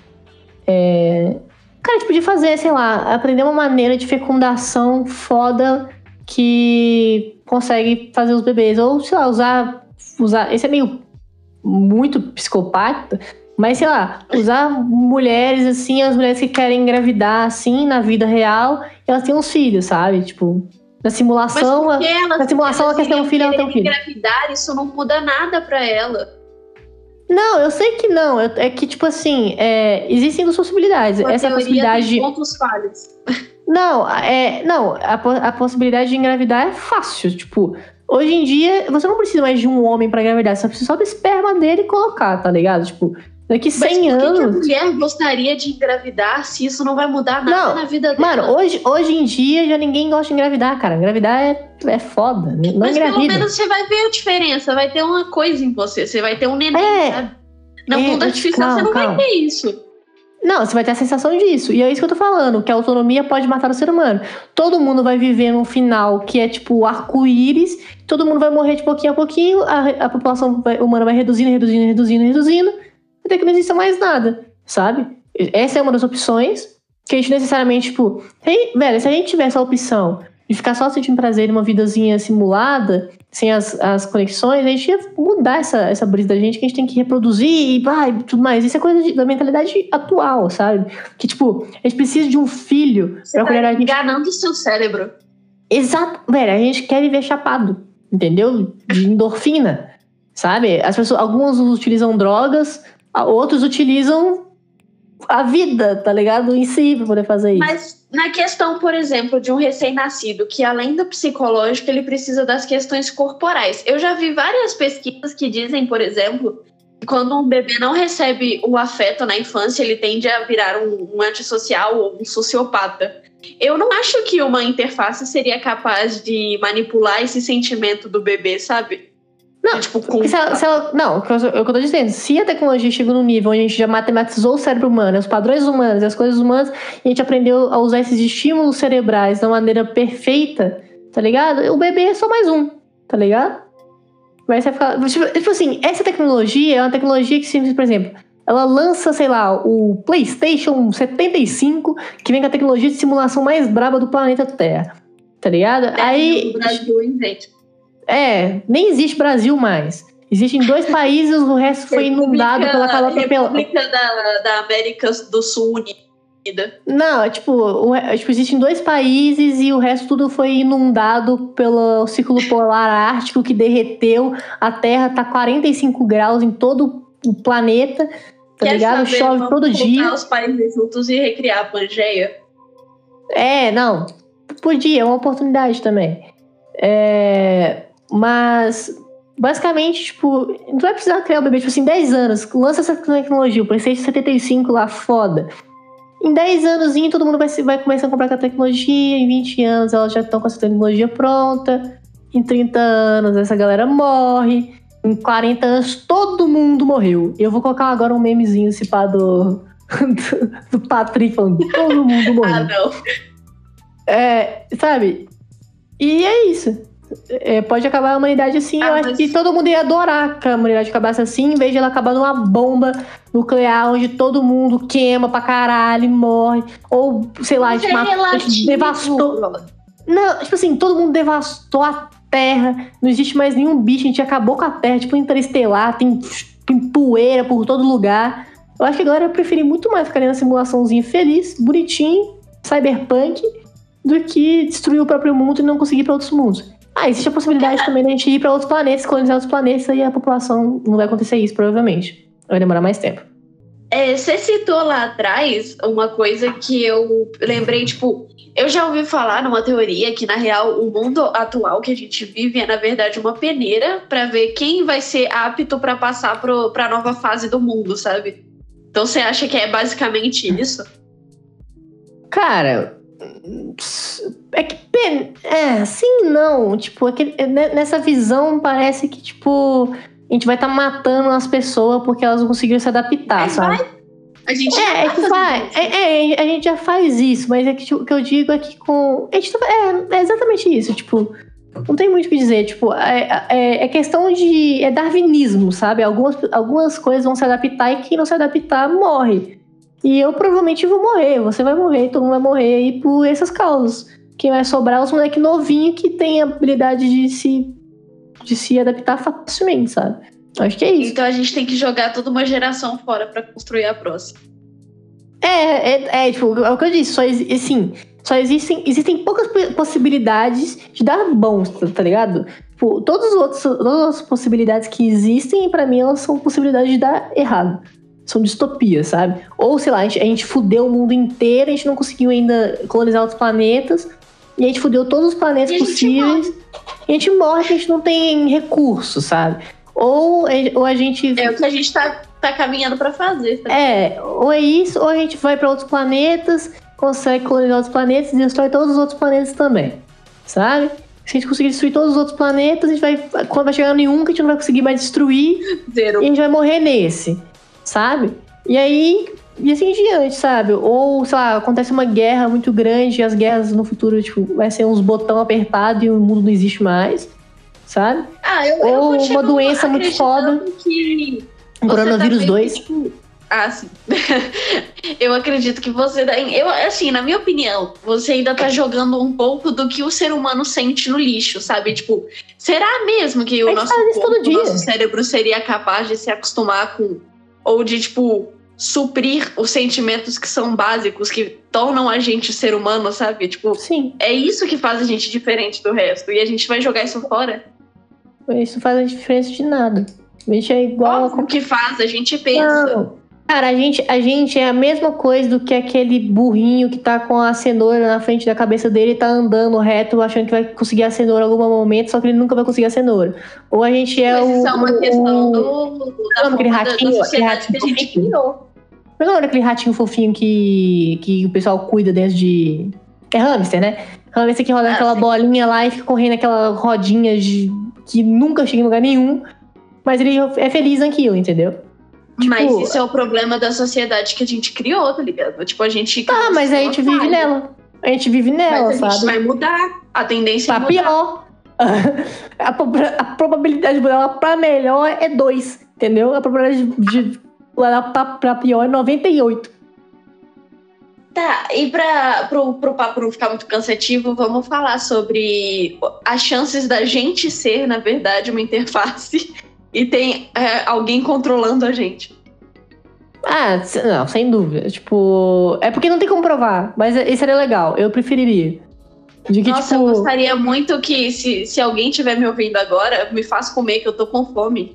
Cara, tipo, de fazer, sei lá, aprender uma maneira de fecundação foda que consegue fazer os bebês. Ou, sei lá, usar... Esse é meio muito psicopata... Mas, sei lá, usar mulheres, assim, as mulheres que querem engravidar, assim, na vida real, elas têm uns filhos, sabe? Tipo, na simulação... Mas na simulação ela quer ter um filho, ela tem um filho. Engravidar, isso não muda nada pra ela. Não, eu sei que não. É que, tipo assim, existem duas possibilidades. Essa possibilidade de... pontos falhos. Não, a possibilidade de engravidar é fácil, tipo... Hoje em dia, você não precisa mais de um homem pra engravidar, você precisa só do esperma dele e colocar, tá ligado? Tipo... Daqui 100 anos... Mas por que a mulher gostaria de engravidar se isso não vai mudar nada na vida dela? Mano, hoje em dia já ninguém gosta de engravidar, cara. Engravidar é foda. Não mas engravida. Pelo menos você vai ver a diferença. Vai ter uma coisa em você. Você vai ter um neném, sabe? No mundo artificial você não vai ter isso. Não, você vai ter a sensação disso. E é isso que eu tô falando, que a autonomia pode matar o ser humano. Todo mundo vai viver num final que é tipo arco-íris, todo mundo vai morrer de pouquinho a pouquinho, a população humana vai reduzindo, até que não exista mais nada, sabe? Essa é uma das opções. que a gente necessariamente, tipo... Velho, se a gente tivesse a opção de ficar só sentindo prazer numa vidazinha simulada, sem as conexões, a gente ia mudar essa brisa da gente, que a gente tem que reproduzir e tudo mais. Isso é coisa da mentalidade atual, sabe? Que, tipo, a gente precisa de um filho pra cuidar da gente. Enganando o seu cérebro. Exato. Velho, a gente quer viver chapado, entendeu? De endorfina, sabe? As pessoas, alguns utilizam drogas, outros utilizam a vida, tá ligado? Em si, pra poder fazer isso. Mas na questão, por exemplo, de um recém-nascido, que além do psicológico, ele precisa das questões corporais. Eu já vi várias pesquisas que dizem, por exemplo, que quando um bebê não recebe o afeto na infância, ele tende a virar um antissocial ou um sociopata. Eu não acho que uma interface seria capaz de manipular esse sentimento do bebê, sabe? Não, tipo, o que eu tô dizendo, se a tecnologia chegou num nível onde a gente já matematizou o cérebro humano, os padrões humanos, as coisas humanas, e a gente aprendeu a usar esses estímulos cerebrais da maneira perfeita, tá ligado? O bebê é só mais um, tá ligado? Mas você ficar... Tipo assim, essa tecnologia é uma tecnologia que, por exemplo, ela lança, sei lá, o PlayStation 75, que vem com a tecnologia de simulação mais braba do planeta Terra, tá ligado? Aí... O Brasil inventa. Nem existe Brasil mais. Existem 2 países, o resto foi inundado pela calota. República da América do Sul Unida. Não, existem 2 países e o resto tudo foi inundado pelo Círculo Polar Ártico, que derreteu. A Terra tá 45 graus em todo o planeta, tá ligado? Chove todo dia. Os países juntos e recriar a Pangeia. Não. Podia, é uma oportunidade também. Mas, basicamente, tipo, não vai precisar criar o bebê, tipo assim, 10 anos, lança essa tecnologia, o PlayStation 75 lá, foda. Em 10 anos, todo mundo vai começar a comprar com a tecnologia, em 20 anos elas já estão com essa tecnologia pronta, em 30 anos essa galera morre, em 40 anos todo mundo morreu. Eu vou colocar agora um memezinho esse pá do Patrick falando, todo mundo morreu. Não. Sabe? E é isso. Pode acabar a humanidade assim. Eu acho que todo mundo ia adorar que a humanidade acabasse assim, em vez de ela acabar numa bomba nuclear onde todo mundo queima pra caralho e morre. Ou, sei lá, a gente devastou. Não, tipo assim, todo mundo devastou a Terra. Não existe mais nenhum bicho, a gente acabou com a Terra, tipo Interestelar, tem poeira por todo lugar. Eu acho que a galera ia preferir muito mais ficar na simulaçãozinha feliz, bonitinho, cyberpunk, do que destruir o próprio mundo e não conseguir ir pra outros mundos. Existe a possibilidade também de a gente ir para outros planetas, colonizar outros planetas, e a população não vai acontecer isso, provavelmente. Vai demorar mais tempo. Você citou lá atrás uma coisa que eu lembrei, tipo, eu já ouvi falar numa teoria que, na real, o mundo atual que a gente vive é, na verdade, uma peneira para ver quem vai ser apto para passar para a nova fase do mundo, sabe? Então você acha que é basicamente isso? Cara... sim, não. Tipo, nessa visão parece que, tipo, a gente vai estar matando as pessoas porque elas não conseguiram se adaptar, sabe? A gente a gente já faz isso, mas o que eu digo é que é exatamente isso, tipo, não tem muito o que dizer, tipo, é questão de darwinismo, sabe? Algumas coisas vão se adaptar e quem não se adaptar morre. E eu provavelmente vou morrer, você vai morrer, todo mundo vai morrer aí por essas causas. Quem vai sobrar é os moleques novinhos que tem a habilidade de se adaptar facilmente, sabe? Acho que é isso. Então a gente tem que jogar toda uma geração fora pra construir a próxima. Tipo, é o que eu disse, só existem poucas possibilidades de dar bom, tá ligado? Tipo, todas as possibilidades que existem, pra mim, elas são possibilidades de dar errado. São distopias, sabe? Ou, sei lá, a gente fudeu o mundo inteiro, a gente não conseguiu ainda colonizar outros planetas, e a gente fudeu todos os planetas possíveis, e a gente morre porque a gente não tem recursos, sabe? Ou a gente... É o que a gente tá caminhando pra fazer. Tá? Ou é isso, ou a gente vai pra outros planetas, consegue colonizar outros planetas e destrói todos os outros planetas também, sabe? Se a gente conseguir destruir todos os outros planetas, quando vai chegar nenhum que a gente não vai conseguir mais destruir, Zero. E a gente vai morrer nesse, sabe? E aí, e assim em diante, sabe? Ou, sei lá, acontece uma guerra muito grande e as guerras no futuro, tipo, vai ser uns botão apertado e o mundo não existe mais, sabe? Eu ou uma doença muito foda. Que Coronavírus 2. Tipo, Ah, sim. Eu acredito que você... assim, na minha opinião, você ainda tá jogando um pouco do que o ser humano sente no lixo, sabe? Tipo, será mesmo que o nosso corpo, o nosso cérebro seria capaz de se acostumar com... Ou de, tipo, suprir os sentimentos que são básicos, que tornam a gente ser humano, sabe? Tipo, sim. É isso que faz a gente diferente do resto. E a gente vai jogar isso fora? Isso faz a diferença de nada. A gente é igual... Óbvio que faz, a gente pensa. Não. Cara, a gente é a mesma coisa do que aquele burrinho que tá com a cenoura na frente da cabeça dele e tá andando reto, achando que vai conseguir a cenoura em algum momento, só que ele nunca vai conseguir a cenoura. Ou a gente é Mas isso é uma questão aquele ratinho, da sociedade que a gente criou. Mas não era aquele ratinho fofinho que o pessoal cuida dentro de... É hamster, né? Hamster que roda aquela bolinha lá e fica correndo aquela rodinha que nunca chega em lugar nenhum, mas ele é feliz naquilo, entendeu? Mas isso é o problema da sociedade que a gente criou, tá ligado? Tipo, a gente... mas a gente vive nela. A gente vive nela, mas sabe? A gente vai mudar. A tendência é mudar. Pior. A probabilidade de mudar ela pra melhor é 2, entendeu? A probabilidade de mudar pra pior é 98. Tá, e pro papo não ficar muito cansativo, vamos falar sobre as chances da gente ser, na verdade, uma interface e tem alguém controlando a gente. Não, sem dúvida. Tipo, é porque não tem como provar, mas isso seria legal. Eu preferiria. Nossa, eu gostaria muito que, se alguém estiver me ouvindo agora, me faça comer, que eu tô com fome.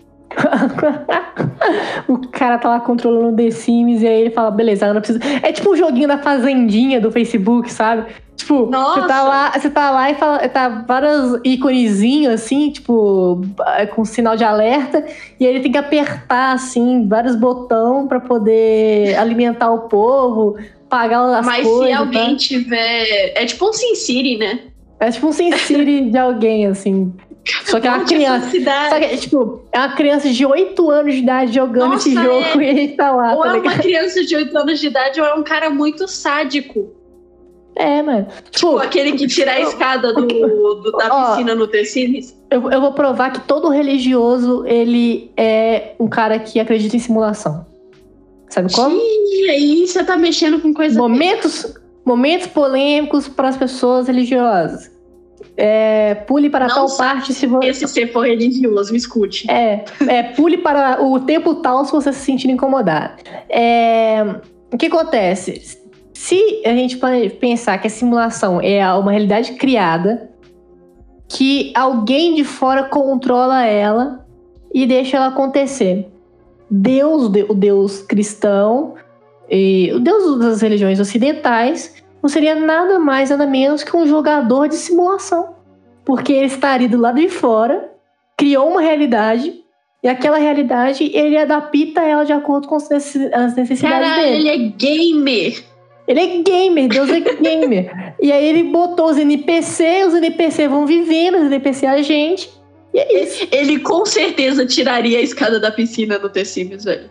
O cara tá lá controlando The Sims e aí ele fala, beleza, eu não preciso... É tipo um joguinho da Fazendinha do Facebook, sabe? Tipo, você tá lá e fala, tá vários íconezinhos assim, tipo, com sinal de alerta, e aí ele tem que apertar, assim, vários botões pra poder alimentar o povo, pagar as coisas. Mas se alguém tiver... É tipo um SimCity, né? É tipo um SimCity de alguém, assim... Só que é uma criança. Só que, tipo, é uma criança de 8 anos de idade jogando esse jogo e a gente tá lá. Ou tá é uma criança de 8 anos de idade ou é um cara muito sádico. Mano. Tipo, aquele que tira a escada da piscina no The Sims. Eu vou provar que todo religioso, ele é um cara que acredita em simulação. Sabe como? E aí você tá mexendo com coisa... Momentos polêmicos para as pessoas religiosas. Pule para tal parte se você... Se você for religioso, me escute. Pule para o tempo tal se você se sentir incomodado. O que acontece? Se a gente pensar que a simulação é uma realidade criada, que alguém de fora controla ela e deixa ela acontecer. O Deus cristão, e o Deus das religiões ocidentais, não seria nada mais, nada menos que um jogador de simulação. Porque ele estaria do lado de fora, criou uma realidade, e aquela realidade, ele adapta ela de acordo com as necessidades dele. Ele é gamer! Ele é gamer, Deus é gamer. E aí ele botou os NPC vão vivendo, os NPC a gente, e é isso. Ele com certeza tiraria a escada da piscina no The Sims, velho.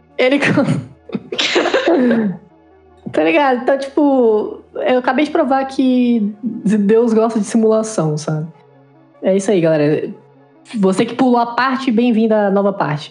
Tá ligado? Então, tipo, eu acabei de provar que Deus gosta de simulação, sabe? É isso aí, galera. Você que pulou a parte, bem-vindo à nova parte.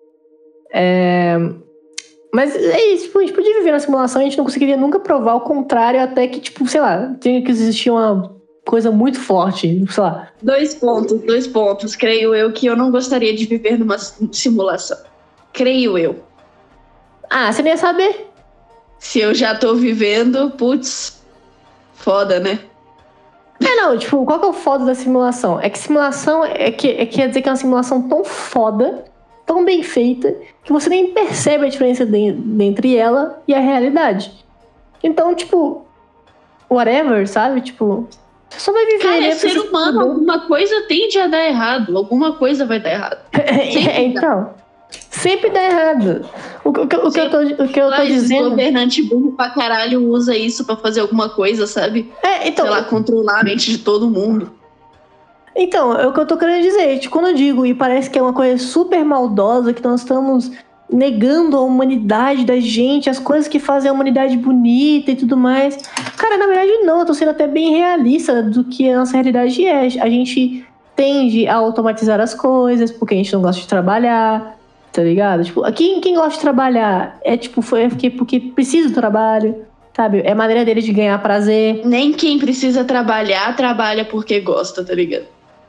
Mas é isso, tipo, a gente podia viver na simulação e a gente não conseguiria nunca provar o contrário, até que, tipo, sei lá, tinha que existir uma coisa muito forte, sei lá. 2 pontos. Creio eu que eu não gostaria de viver numa simulação. Creio eu. Você nem ia saber. Se eu já tô vivendo, putz, foda, né? Não, tipo, qual que é o foda da simulação? É que simulação quer dizer que é uma simulação tão foda, tão bem feita, que você nem percebe a diferença entre ela e a realidade. Então, tipo, whatever, sabe? Tipo, você só vai viver. Cara, ser humano, alguma coisa tende a dar errado. Alguma coisa vai dar errado. Então, sempre dá errado. O que eu tô dizendo... O governante burro pra caralho usa isso pra fazer alguma coisa, sabe? Então, sei lá, controlar a mente de todo mundo. Então, é o que eu tô querendo dizer. Tipo, quando eu digo, e parece que é uma coisa super maldosa, que nós estamos negando a humanidade da gente, as coisas que fazem a humanidade bonita e tudo mais. Cara, na verdade não, eu tô sendo até bem realista do que a nossa realidade é. A gente tende a automatizar as coisas, porque a gente não gosta de trabalhar. tá ligado? Tipo, quem gosta de trabalhar é tipo, foi porque precisa do trabalho, sabe? É a maneira dele de ganhar prazer. Nem quem precisa trabalhar, trabalha porque gosta, tá ligado?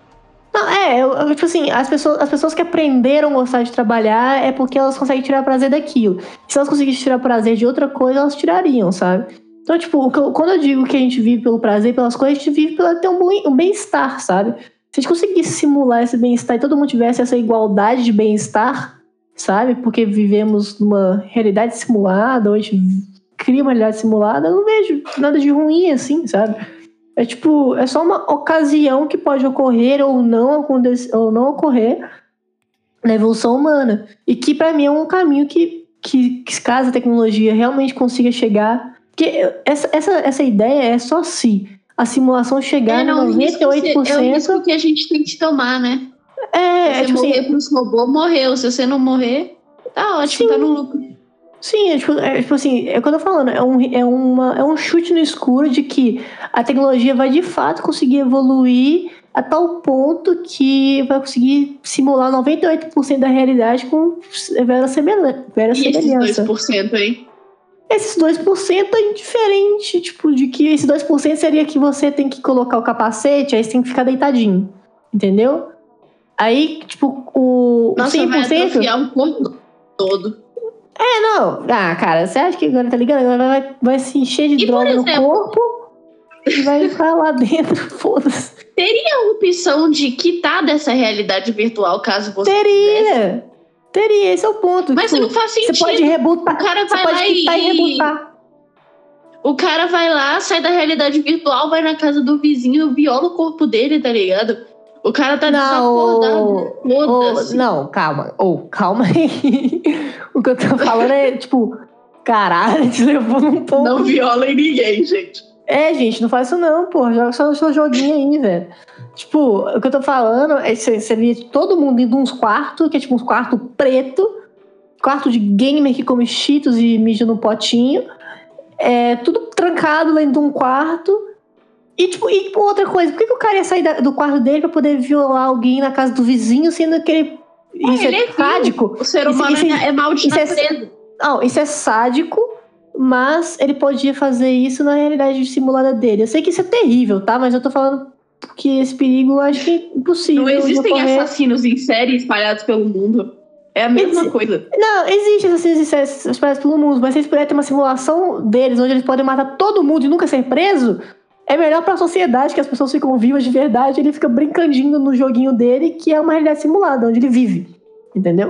Não, tipo assim, as pessoas que aprenderam a gostar de trabalhar é porque elas conseguem tirar prazer daquilo. Se elas conseguissem tirar prazer de outra coisa, elas tirariam, sabe? Então, tipo, quando eu digo que a gente vive pelo prazer, pelas coisas, a gente vive pelo ter um bem-estar, sabe? Se a gente conseguisse simular esse bem-estar e todo mundo tivesse essa igualdade de bem-estar, sabe? Porque vivemos numa realidade simulada, ou a gente cria uma realidade simulada, eu não vejo nada de ruim assim, sabe? É tipo, é só uma ocasião que pode ocorrer ou não ocorrer na evolução humana. E que pra mim é um caminho que caso a tecnologia realmente consiga chegar. Porque essa ideia é só se a simulação chegar em 98%. É o risco que a gente tem que tomar, né? Se você tipo morrer assim, pros robôs, morreu. Se você não morrer, tá ótimo, sim. tá no lucro. Sim, tipo assim, é o que eu tô falando, é um chute no escuro de que a tecnologia vai de fato conseguir evoluir a tal ponto que vai conseguir simular 98% da realidade com vera semelhança. E esses 2%, hein? Esses 2% é indiferente, tipo, de que esse 2% seria que você tem que colocar o capacete, aí você tem que ficar deitadinho, entendeu? Aí, tipo, o 100%... vai atrofiar o corpo todo. Não. Cara, você acha que agora, tá ligado? Agora vai se encher de droga no corpo e vai ficar lá dentro, foda-se. Teria a opção de quitar dessa realidade virtual caso você Teria, esse é o ponto. Mas tipo, não faz sentido. Você pode rebutar. O cara vai lá quitar e rebutar. O cara vai lá, sai da realidade virtual, vai na casa do vizinho, viola o corpo dele, tá ligado? O cara tá desacordado. Não, calma. Calma aí. O que eu tô falando é, tipo, caralho, te levou num ponto. Não violem ninguém, gente. Gente, não faz isso não, pô. Joga só no seu joguinho aí, velho. Tipo, o que eu tô falando é que você vê todo mundo indo uns quartos, que é tipo uns quartos preto, quarto de gamer que come cheetos e mija no potinho. Tudo trancado lá dentro de um quarto. E outra coisa, por que o cara ia sair do quarto dele pra poder violar alguém na casa do vizinho, sendo que ele... Isso é sádico. O ser humano é mal de natureza. Não, isso é sádico, mas ele podia fazer isso na realidade simulada dele. Eu sei que isso é terrível, tá? Mas eu tô falando que esse perigo eu acho que é impossível. Não existem assassinos em série espalhados pelo mundo. É a mesma coisa. Não, existe assassinos em série espalhados pelo mundo, mas se eles puderem ter uma simulação deles, onde eles podem matar todo mundo e nunca ser preso, é melhor pra sociedade, que as pessoas ficam vivas de verdade, ele fica brincandinho no joguinho dele, que é uma realidade simulada, onde ele vive. Entendeu?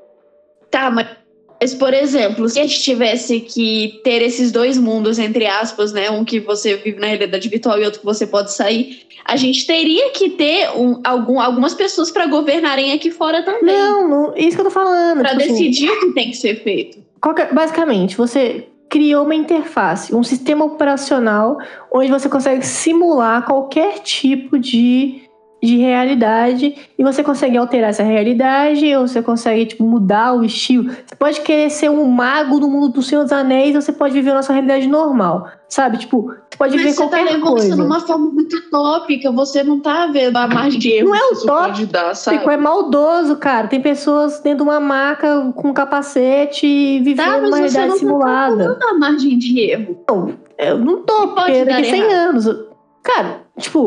Tá, mas, por exemplo, se a gente tivesse que ter esses dois mundos, entre aspas, né? Um que você vive na realidade virtual e outro que você pode sair, a gente teria que ter algumas pessoas pra governarem aqui fora também. Não, isso que eu tô falando. Pra decidir o que tem que ser feito. Basicamente, você criou uma interface, um sistema operacional onde você consegue simular qualquer tipo de realidade e você consegue alterar essa realidade ou você consegue mudar o estilo. Você pode querer ser um mago no mundo do Senhor dos Anéis ou você pode viver a nossa realidade normal, sabe? Você pode viver qualquer coisa. Mas você tá levando isso de uma forma muito utópica, você não tá vendo a margem de erro. Não é utópico, é maldoso, cara. Tem pessoas dentro de uma maca com capacete vivendo uma realidade simulada. Tá a margem de erro. Não, eu não tô, porque daqui a 100 anos... Cara,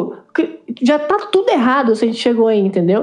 já tá tudo errado se a gente chegou aí, entendeu?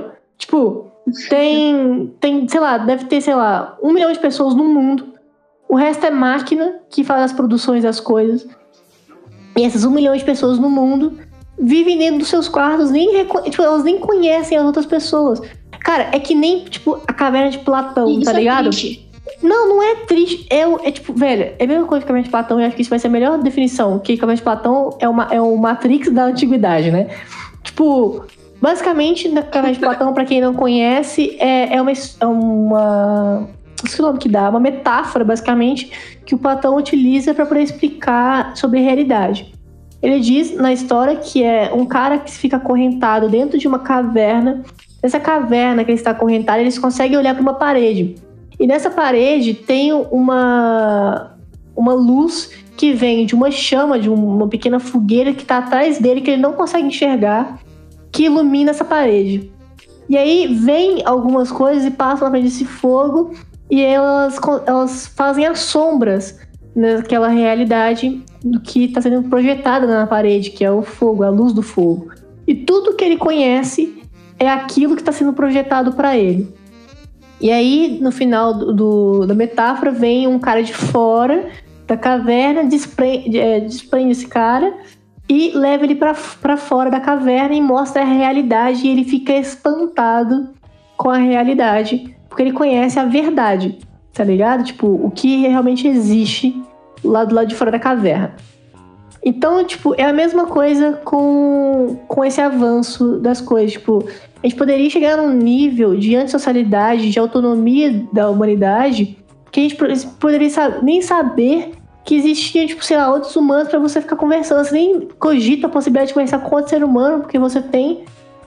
Tem, sei lá, deve ter, 1 milhão de pessoas no mundo. O resto é máquina que faz as produções das coisas. E essas 1 milhão de pessoas no mundo vivem dentro dos seus quartos, elas nem conhecem as outras pessoas. Cara, é que nem, a caverna de Platão, tá ligado? Triste. Não é triste. Velho, é a mesma coisa que a caverna de Platão. E acho que isso vai ser a melhor definição. Que a caverna de Platão é o Matrix da antiguidade, né? Basicamente, na caverna de Platão, pra quem não conhece, é uma esqueci o nome que dá. Uma metáfora, basicamente, que o Platão utiliza pra poder explicar sobre a realidade. Ele diz na história que é um cara que fica acorrentado dentro de uma caverna. Nessa caverna que ele está acorrentado, eles conseguem olhar pra uma parede. E nessa parede tem uma luz que vem de uma chama, de uma pequena fogueira que está atrás dele, que ele não consegue enxergar, que ilumina essa parede. E aí vem algumas coisas e passam na frente desse fogo e elas fazem as sombras naquela realidade do que está sendo projetada na parede, que é o fogo, a luz do fogo. E tudo que ele conhece é aquilo que está sendo projetado para ele. E aí, no final da metáfora, vem um cara de fora da caverna, desprende esse cara e leva ele pra fora da caverna e mostra a realidade, e ele fica espantado com a realidade, porque ele conhece a verdade, tá ligado? Tipo, o que realmente existe lá do lado de fora da caverna. Então, tipo, é a mesma coisa com esse avanço das coisas. Tipo, a gente poderia chegar num nível de antissocialidade, de autonomia da humanidade, que a gente poderia nem saber que existia, tipo, sei lá, outros humanos pra você ficar conversando. Você nem cogita a possibilidade de conversar com outro ser humano, porque você tem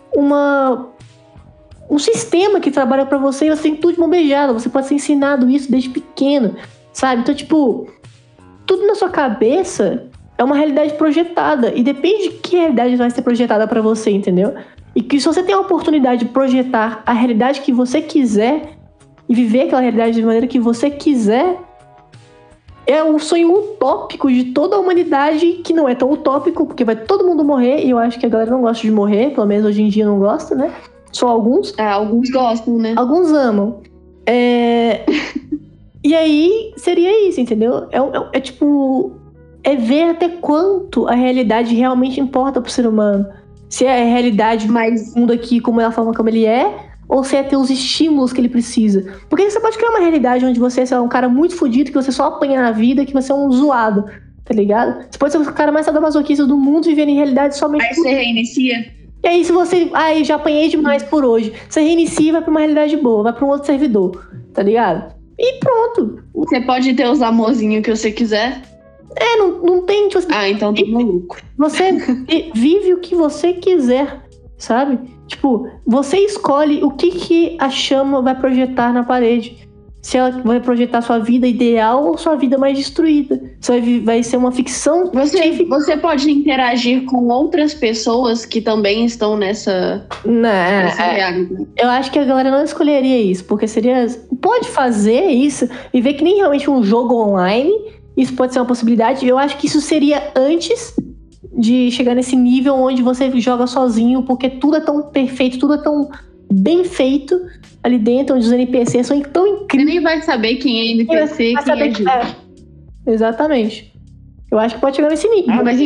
um sistema que trabalha pra você e você tem tudo de mão beijada. Você pode ser ensinado isso desde pequeno, sabe? Então, tipo, tudo na sua cabeça é uma realidade projetada. E depende de que realidade vai ser projetada pra você, entendeu? E que se você tem a oportunidade de projetar a realidade que você quiser e viver aquela realidade de maneira que você quiser, é o sonho utópico de toda a humanidade, que não é tão utópico, porque vai todo mundo morrer, e eu acho que a galera não gosta de morrer, pelo menos hoje em dia não gosta, né? Só alguns. Alguns gostam, né? Alguns amam. E aí, seria isso, entendeu? É tipo... É ver até quanto a realidade realmente importa pro ser humano. Se é a realidade mais mundo aqui, como é a forma como ele é, ou se é ter os estímulos que ele precisa. Porque você pode criar uma realidade onde você é um cara muito fodido, que você só apanha na vida, que você é um zoado, tá ligado? Você pode ser o cara mais sadomasoquista do mundo, vivendo em realidade somente... Aí você reinicia. E aí, se você... já apanhei demais por hoje. Você reinicia e vai pra uma realidade boa, vai pra um outro servidor, tá ligado? E pronto. Você pode ter os amorzinhos que você quiser. Não tem... Tipo, então tô maluco. Você vive o que você quiser, sabe? Tipo, você escolhe o que a chama vai projetar na parede. Se ela vai projetar sua vida ideal ou sua vida mais destruída. Se vai ser uma ficção. Você pode interagir com outras pessoas que também estão nessa realidade. Eu acho que a galera não escolheria isso, porque seria... Pode fazer isso e ver que nem realmente um jogo online. Isso pode ser uma possibilidade. Eu acho que isso seria antes de chegar nesse nível onde você joga sozinho, porque tudo é tão perfeito, tudo é tão bem feito ali dentro, onde os NPCs são tão incríveis. Você nem vai saber quem é NPC e quem é. Exatamente. Eu acho que pode chegar nesse nível. Mas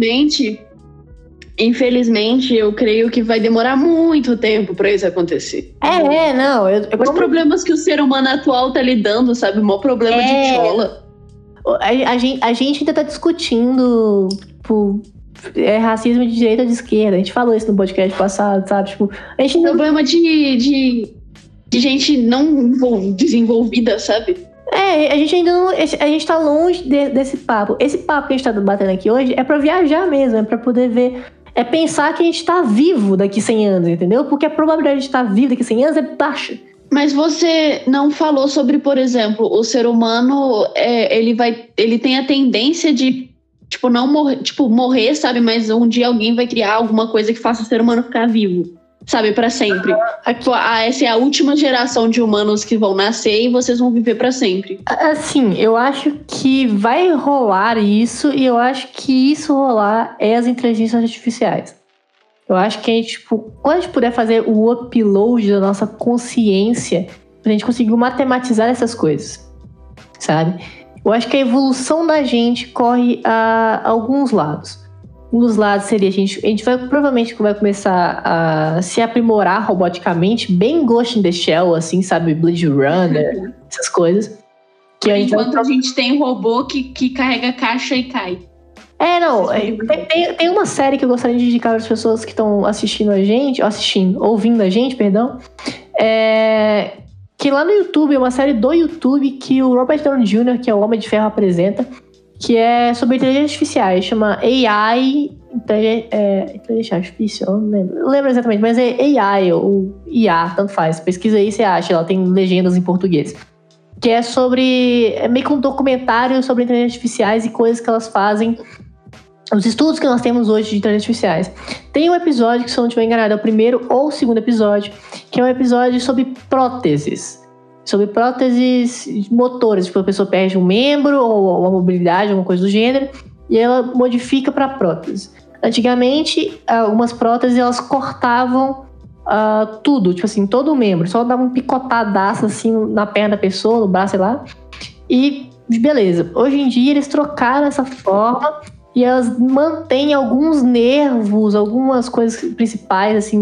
infelizmente, eu creio que vai demorar muito tempo pra isso acontecer. Não. Os problemas que o ser humano atual tá lidando, sabe? O maior problema de chola. A gente ainda tá discutindo, tipo, racismo de direita ou de esquerda. A gente falou isso no podcast passado, sabe? Tipo, a gente problema de gente não desenvolvida, sabe? A gente ainda não... A gente tá longe desse papo. Esse papo que a gente tá batendo aqui hoje é pra viajar mesmo, é pra poder ver... É pensar que a gente tá vivo daqui 100 anos, entendeu? Porque a probabilidade de estar vivo daqui 100 anos é baixa. Mas você não falou sobre, por exemplo, o ser humano, ele tem a tendência de, tipo, não morrer, tipo, morrer, sabe? Mas um dia alguém vai criar alguma coisa que faça o ser humano ficar vivo, sabe? Pra sempre. Essa é a última geração de humanos que vão nascer e vocês vão viver pra sempre. Assim, eu acho que vai rolar isso, e eu acho que isso rolar é as inteligências artificiais. Eu acho que a gente, tipo, quando a gente puder fazer o upload da nossa consciência, a gente conseguiu matematizar essas coisas, sabe? Eu acho que a evolução da gente corre a alguns lados. Um dos lados seria a gente provavelmente vai começar a se aprimorar roboticamente, bem Ghost in the Shell, assim, sabe? Blade Runner, essas coisas. Enquanto a gente tem um robô que carrega caixa e cai. Tem uma série que eu gostaria de indicar para as pessoas que estão ouvindo a gente, perdão. Que lá no YouTube, é uma série do YouTube que o Robert Downey Jr., que é o Homem de Ferro, apresenta, que é sobre inteligências artificiais, chama AI, inteligência artificial, não lembro exatamente, mas é AI ou IA, tanto faz, pesquisa aí e você acha, ela tem legendas em português. Que é meio que um documentário sobre inteligências artificiais e coisas que elas fazem os estudos que nós temos hoje de inteligência artificiais. Tem um episódio, que se eu não estiver enganado, é o primeiro ou o segundo episódio, que é um episódio sobre próteses. Sobre próteses motoras, tipo, a pessoa perde um membro ou uma mobilidade, alguma coisa do gênero, e ela modifica para prótese. Antigamente, algumas próteses, elas cortavam tudo, tipo assim, todo o membro, só dava um picotadaço assim na perna da pessoa, no braço, sei lá, e beleza. Hoje em dia, eles trocaram essa forma e elas mantêm alguns nervos, algumas coisas principais, assim,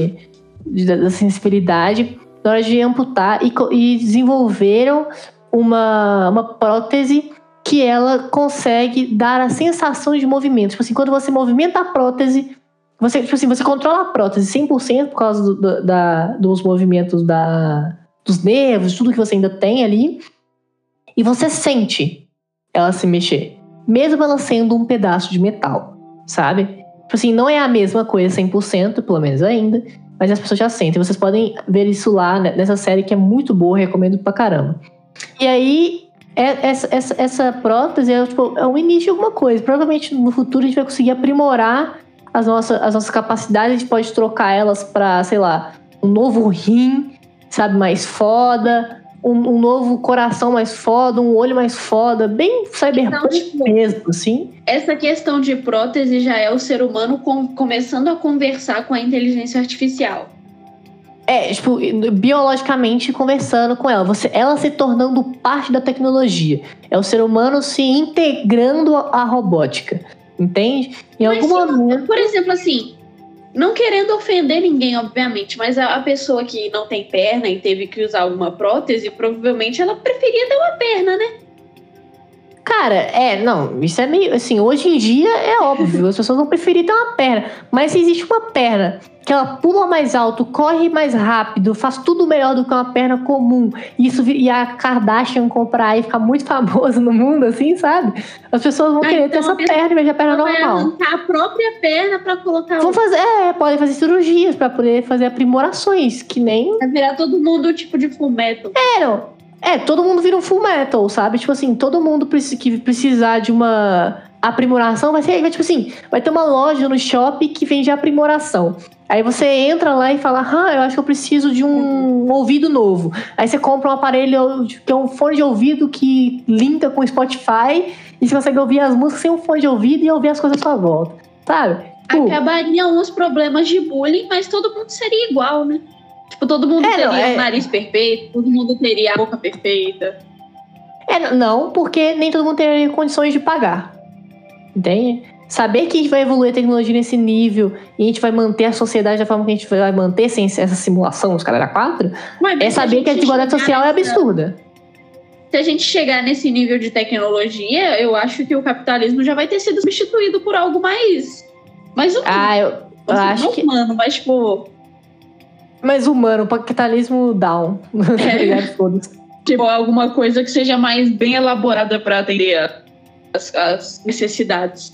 da sensibilidade na hora de amputar e desenvolveram uma prótese que ela consegue dar a sensação de movimento. Tipo assim, quando você movimenta a prótese, você controla a prótese 100% por causa dos movimentos dos nervos, tudo que você ainda tem ali, e você sente ela se mexer, mesmo ela sendo um pedaço de metal, sabe? Tipo assim, não é a mesma coisa 100%, pelo menos ainda, mas as pessoas já sentem. Vocês podem ver isso lá nessa série, que é muito boa, recomendo pra caramba. E aí, essa prótese é o início de alguma coisa. Provavelmente no futuro a gente vai conseguir aprimorar as nossas capacidades. A gente pode trocar elas pra, sei lá, um novo rim, sabe, mais foda, um novo coração mais foda, um olho mais foda, bem cyberpunk mesmo, assim. Essa questão de prótese já é o ser humano começando a conversar com a inteligência artificial. Tipo, biologicamente conversando com ela. Ela se tornando parte da tecnologia. É o ser humano se integrando à robótica. Entende? Por exemplo, assim, não querendo ofender ninguém, obviamente, mas a pessoa que não tem perna e teve que usar alguma prótese, provavelmente ela preferia ter uma perna, né? Cara, não, isso é meio, assim, hoje em dia é óbvio, as pessoas vão preferir ter uma perna, mas se existe uma perna que ela pula mais alto, corre mais rápido, faz tudo melhor do que uma perna comum, e a Kardashian comprar e ficar muito famosa no mundo, assim, sabe? As pessoas vão querer ter essa perna em vez de a perna normal. Vai arrancar a própria perna pra colocar podem fazer cirurgias pra poder fazer aprimorações, que nem... Vai virar todo mundo tipo de Fullmetal. Todo mundo vira um Fullmetal, sabe? Tipo assim, todo mundo que precisar de uma aprimoração vai tipo assim, vai ter uma loja no shopping que vende aprimoração. Aí você entra lá e fala, eu acho que eu preciso de um ouvido novo. Aí você compra um aparelho que é um fone de ouvido que linka com o Spotify e você consegue ouvir as músicas sem um fone de ouvido e ouvir as coisas à sua volta, sabe? Acabariam os problemas de bullying, mas todo mundo seria igual, né? Tipo, todo mundo teria o nariz perfeito, todo mundo teria a boca perfeita. Não, porque nem todo mundo teria condições de pagar. Entende? Saber que a gente vai evoluir a tecnologia nesse nível e a gente vai manter a sociedade da forma que a gente vai manter sem essa simulação, os caras da 4, é saber que a desigualdade social é absurda. Se a gente chegar nesse nível de tecnologia, eu acho que o capitalismo já vai ter sido substituído por algo mais humano. Eu acho que... humano, mas tipo... mais humano, o capitalismo down. Tipo, alguma coisa que seja mais bem elaborada para atender as necessidades.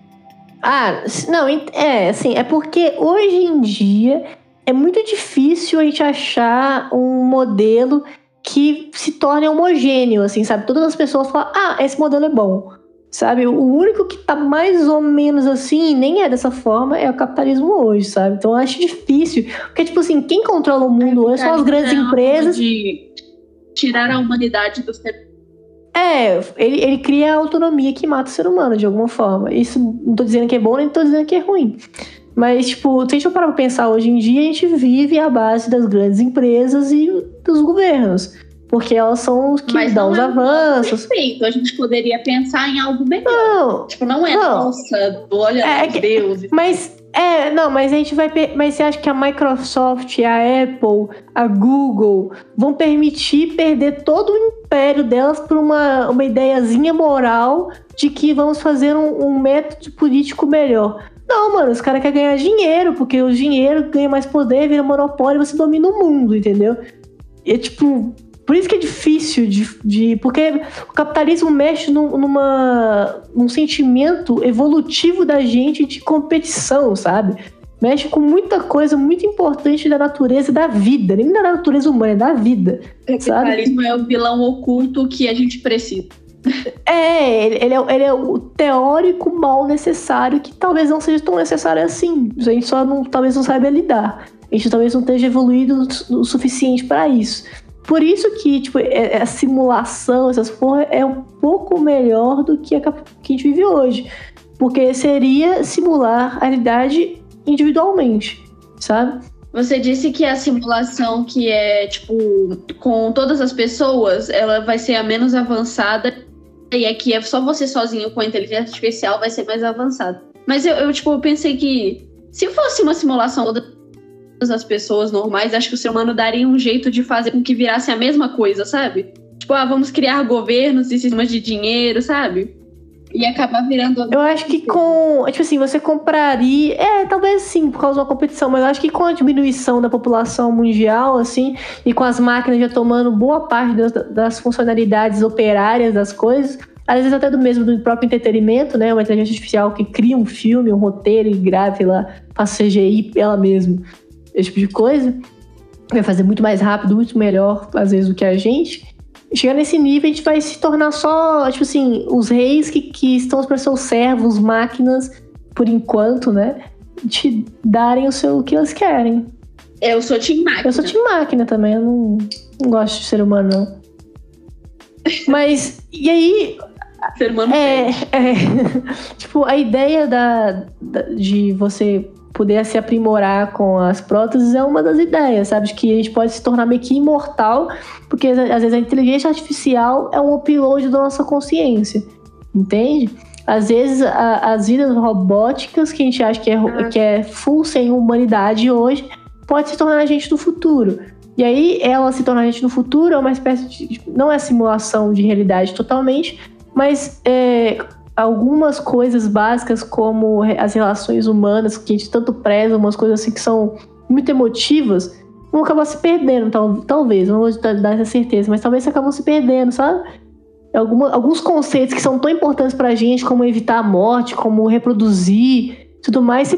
Não, assim, é porque hoje em dia é muito difícil a gente achar um modelo que se torne homogêneo, assim, sabe? Todas as pessoas falam, esse modelo é bom, sabe? O único que tá mais ou menos assim, nem é dessa forma, é o capitalismo hoje, sabe? Então eu acho difícil, porque, tipo assim, quem controla o mundo hoje são as grandes empresas. De tirar a humanidade do ser humano. Ele cria a autonomia que mata o ser humano, de alguma forma. Isso não tô dizendo que é bom, nem tô dizendo que é ruim. Mas, tipo, se a gente for parar pra pensar, hoje em dia a gente vive à base das grandes empresas e dos governos. Porque elas são os que dão os avanços. Perfeito, a gente poderia pensar em algo melhor. Nossa, olha Deus. Mas a gente vai... Mas você acha que a Microsoft, a Apple, a Google vão permitir perder todo o império delas por uma ideiazinha moral de que vamos fazer um método político melhor? Não, mano, os caras querem ganhar dinheiro, porque o dinheiro ganha mais poder, vira monopólio e você domina o mundo, entendeu? E tipo... Por isso que é difícil porque o capitalismo mexe num sentimento evolutivo da gente de competição, sabe? Mexe com muita coisa muito importante da natureza da vida, nem da natureza humana, é da vida. O capitalismo é o vilão oculto que a gente precisa. Ele é o teórico mal necessário, que talvez não seja tão necessário assim. A gente só talvez não saiba lidar. A gente talvez não esteja evoluído o suficiente para isso. Por isso que, tipo, a simulação, essas porra, é um pouco melhor do que a gente vive hoje. Porque seria simular a realidade individualmente, sabe? Você disse que a simulação que é, tipo, com todas as pessoas, ela vai ser a menos avançada, e aqui é só você sozinho com a inteligência artificial vai ser mais avançada. Mas eu pensei que se fosse uma simulação com todas as pessoas normais, acho que o ser humano daria um jeito de fazer com que virasse a mesma coisa, sabe? Tipo, vamos criar governos e sistemas de dinheiro, sabe? E acabar virando... Eu acho que tipo assim, você compraria... talvez sim, por causa de uma competição, mas eu acho que com a diminuição da população mundial, assim, e com as máquinas já tomando boa parte das funcionalidades operárias das coisas, às vezes até do próprio entretenimento, né? Uma inteligência artificial que cria um filme, um roteiro e grave lá, faz CGI ela mesma, esse tipo de coisa, vai fazer muito mais rápido, muito melhor, às vezes, do que a gente. Chegar nesse nível, a gente vai se tornar só, tipo assim, os reis que estão para seus servos, máquinas, por enquanto, né? Te darem o que elas querem. Eu sou Team Máquina. Eu sou Team Máquina também, eu não gosto de ser humano, não. Mas, e aí... Ser humano tipo, a ideia de você poder se aprimorar com as próteses é uma das ideias, sabe? De que a gente pode se tornar meio que imortal, porque às vezes a inteligência artificial é um upload da nossa consciência, entende? Às vezes as vidas robóticas que a gente acha que é full sem humanidade hoje, pode se tornar a gente no futuro. E aí ela se tornar a gente no futuro é uma espécie de... não é simulação de realidade totalmente, mas algumas coisas básicas como as relações humanas que a gente tanto preza, umas coisas assim que são muito emotivas, vão acabar se perdendo, talvez, não vou dar essa certeza, mas talvez acabam se perdendo, sabe? Alguns conceitos que são tão importantes pra gente, como evitar a morte, como reproduzir, tudo mais,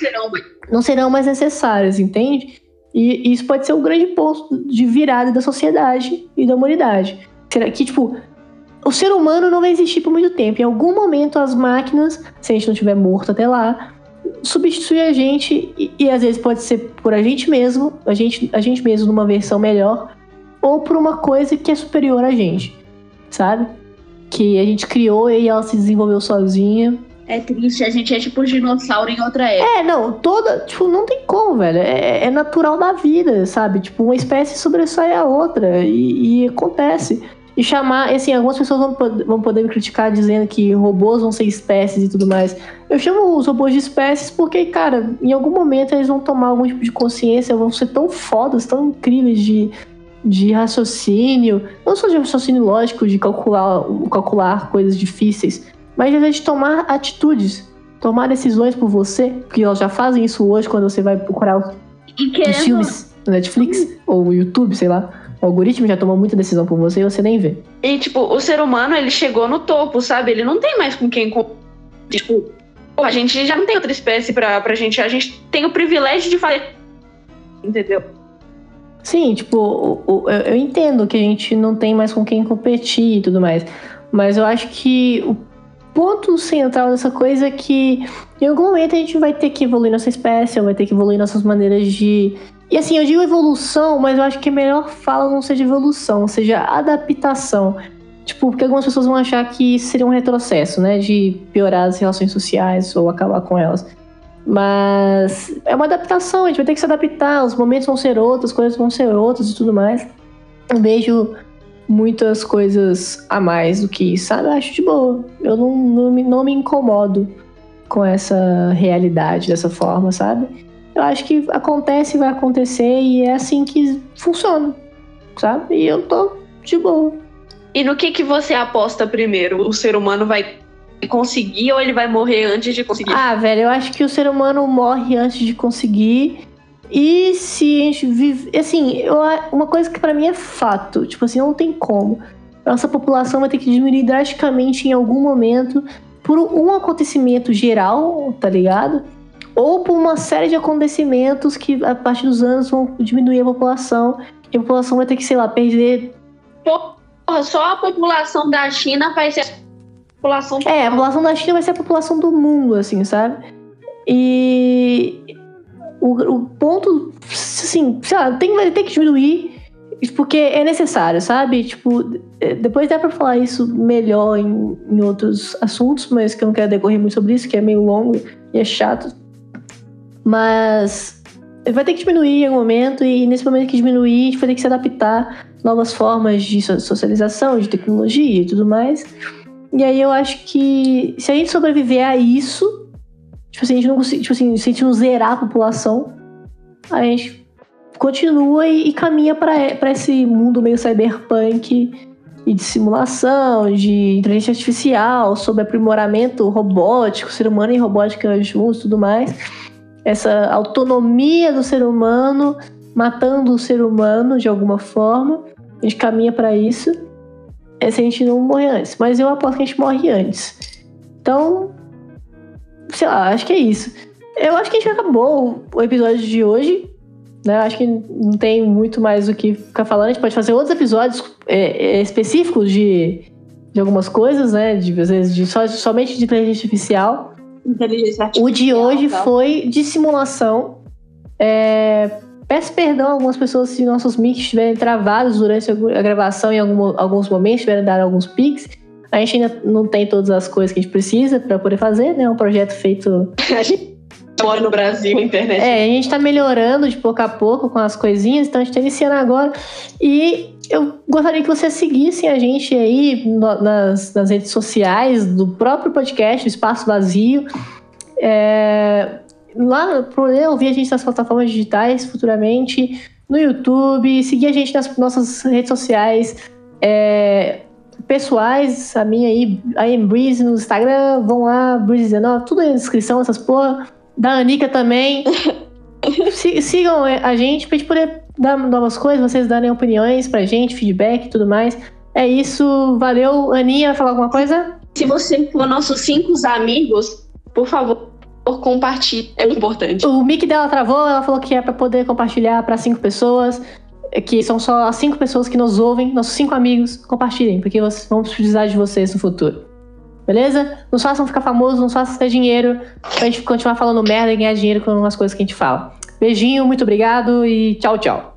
não serão mais necessários, entende? E isso pode ser um grande ponto de virada da sociedade e da humanidade. Será que, tipo, o ser humano não vai existir por muito tempo. Em algum momento as máquinas, se a gente não estiver morto até lá, substituem a gente e às vezes pode ser por a gente mesmo mesmo numa versão melhor, ou por uma coisa que é superior a gente, sabe? Que a gente criou e ela se desenvolveu sozinha. É triste, a gente é tipo um dinossauro em outra época. Não tem como, velho. É natural da vida, sabe? Tipo, uma espécie sobressai a outra e acontece. E chamar, assim, algumas pessoas vão poder me criticar dizendo que robôs vão ser espécies e tudo mais. Eu chamo os robôs de espécies porque, cara, em algum momento eles vão tomar algum tipo de consciência, vão ser tão fodas, tão incríveis de raciocínio, não só de raciocínio lógico, de calcular coisas difíceis, mas de tomar atitudes, tomar decisões por você, que elas já fazem isso hoje quando você vai procurar os filmes no Netflix ou YouTube, sei lá. O algoritmo já tomou muita decisão por você e você nem vê. E, tipo, o ser humano, ele chegou no topo, sabe? Ele não tem mais com quem... Tipo, a gente já não tem outra espécie pra gente. A gente tem o privilégio de fazer... Entendeu? Sim, tipo, eu entendo que a gente não tem mais com quem competir e tudo mais. Mas eu acho que o ponto central dessa coisa é que em algum momento a gente vai ter que evoluir nossa espécie, ou vai ter que evoluir nossas maneiras de... E assim, eu digo evolução, mas eu acho que a melhor fala não seja evolução, seja adaptação. Tipo, porque algumas pessoas vão achar que isso seria um retrocesso, né? De piorar as relações sociais ou acabar com elas. Mas é uma adaptação, a gente vai ter que se adaptar, os momentos vão ser outros, as coisas vão ser outras e tudo mais. Eu vejo muitas coisas a mais do que isso, sabe? Eu acho de boa. Eu não me incomodo com essa realidade dessa forma, sabe? Eu acho que acontece, vai acontecer e é assim que funciona, sabe? E eu tô de boa. E no que você aposta primeiro? O ser humano vai conseguir ou ele vai morrer antes de conseguir? Velho, eu acho que o ser humano morre antes de conseguir. E se a gente vive... Assim, uma coisa que pra mim é fato, tipo assim, não tem como. Nossa população vai ter que diminuir drasticamente em algum momento por um acontecimento geral, tá ligado? Ou por uma série de acontecimentos que, a partir dos anos, vão diminuir a população. E a população vai ter que, sei lá, perder Só a população da China vai ser a população... A população da China vai ser a população do mundo, assim, sabe? E o ponto, assim, sei lá, vai ter que diminuir, porque é necessário, sabe? Tipo, depois dá pra falar isso melhor em outros assuntos, mas que eu não quero decorrer muito sobre isso, que é meio longo e é chato. Mas vai ter que diminuir em algum momento, e nesse momento que diminuir, a gente vai ter que se adaptar a novas formas de socialização, de tecnologia e tudo mais. E aí eu acho que se a gente sobreviver a isso, tipo assim, a gente não consegue, tipo assim, se a gente não zerar a população, a gente continua e caminha para esse mundo meio cyberpunk e de simulação, de inteligência artificial, sobre aprimoramento robótico, ser humano e robótica juntos e tudo mais. Essa autonomia do ser humano, matando o ser humano de alguma forma. A gente caminha para isso. Se a gente não morrer antes. Mas eu aposto que a gente morre antes. Então, sei lá, acho que é isso. Eu acho que a gente acabou o episódio de hoje, né? Acho que não tem muito mais o que ficar falando. A gente pode fazer outros episódios específicos de algumas coisas, né? Às vezes somente de inteligência artificial. O de hoje foi de simulação. Peço perdão a algumas pessoas se nossos mics estiverem travados durante a gravação em alguns momentos, tiverem dado alguns pics. A gente ainda não tem todas as coisas que a gente precisa para poder fazer, né? É um projeto feito... A gente mora no Brasil, internet. A gente está melhorando de pouco a pouco com as coisinhas, então a gente está iniciando agora. E eu gostaria que vocês seguissem a gente aí nas redes sociais do próprio podcast, o Espaço Vazio. Lá, poder ouvir a gente nas plataformas digitais futuramente, no YouTube, seguir a gente nas nossas redes sociais pessoais, a minha aí, I am Breeze no Instagram, vão lá, Breeze19, tudo aí na descrição, essas porra, da Anica também. Sigam a gente pra gente poder dar novas coisas, vocês darem opiniões pra gente, feedback e tudo mais. É isso, valeu. Aninha, vai falar alguma coisa? Se você for nossos 5 amigos, por favor, compartilhe, é muito importante. O mic dela travou, ela falou que é pra poder compartilhar pra 5 pessoas, que são só as 5 pessoas que nos ouvem, nossos 5 amigos. Compartilhem, porque vamos precisar de vocês no futuro. Beleza? Nos façam ficar famosos, nos façam ter dinheiro, pra gente continuar falando merda e ganhar dinheiro com as coisas que a gente fala. Beijinho, muito obrigado e tchau, tchau.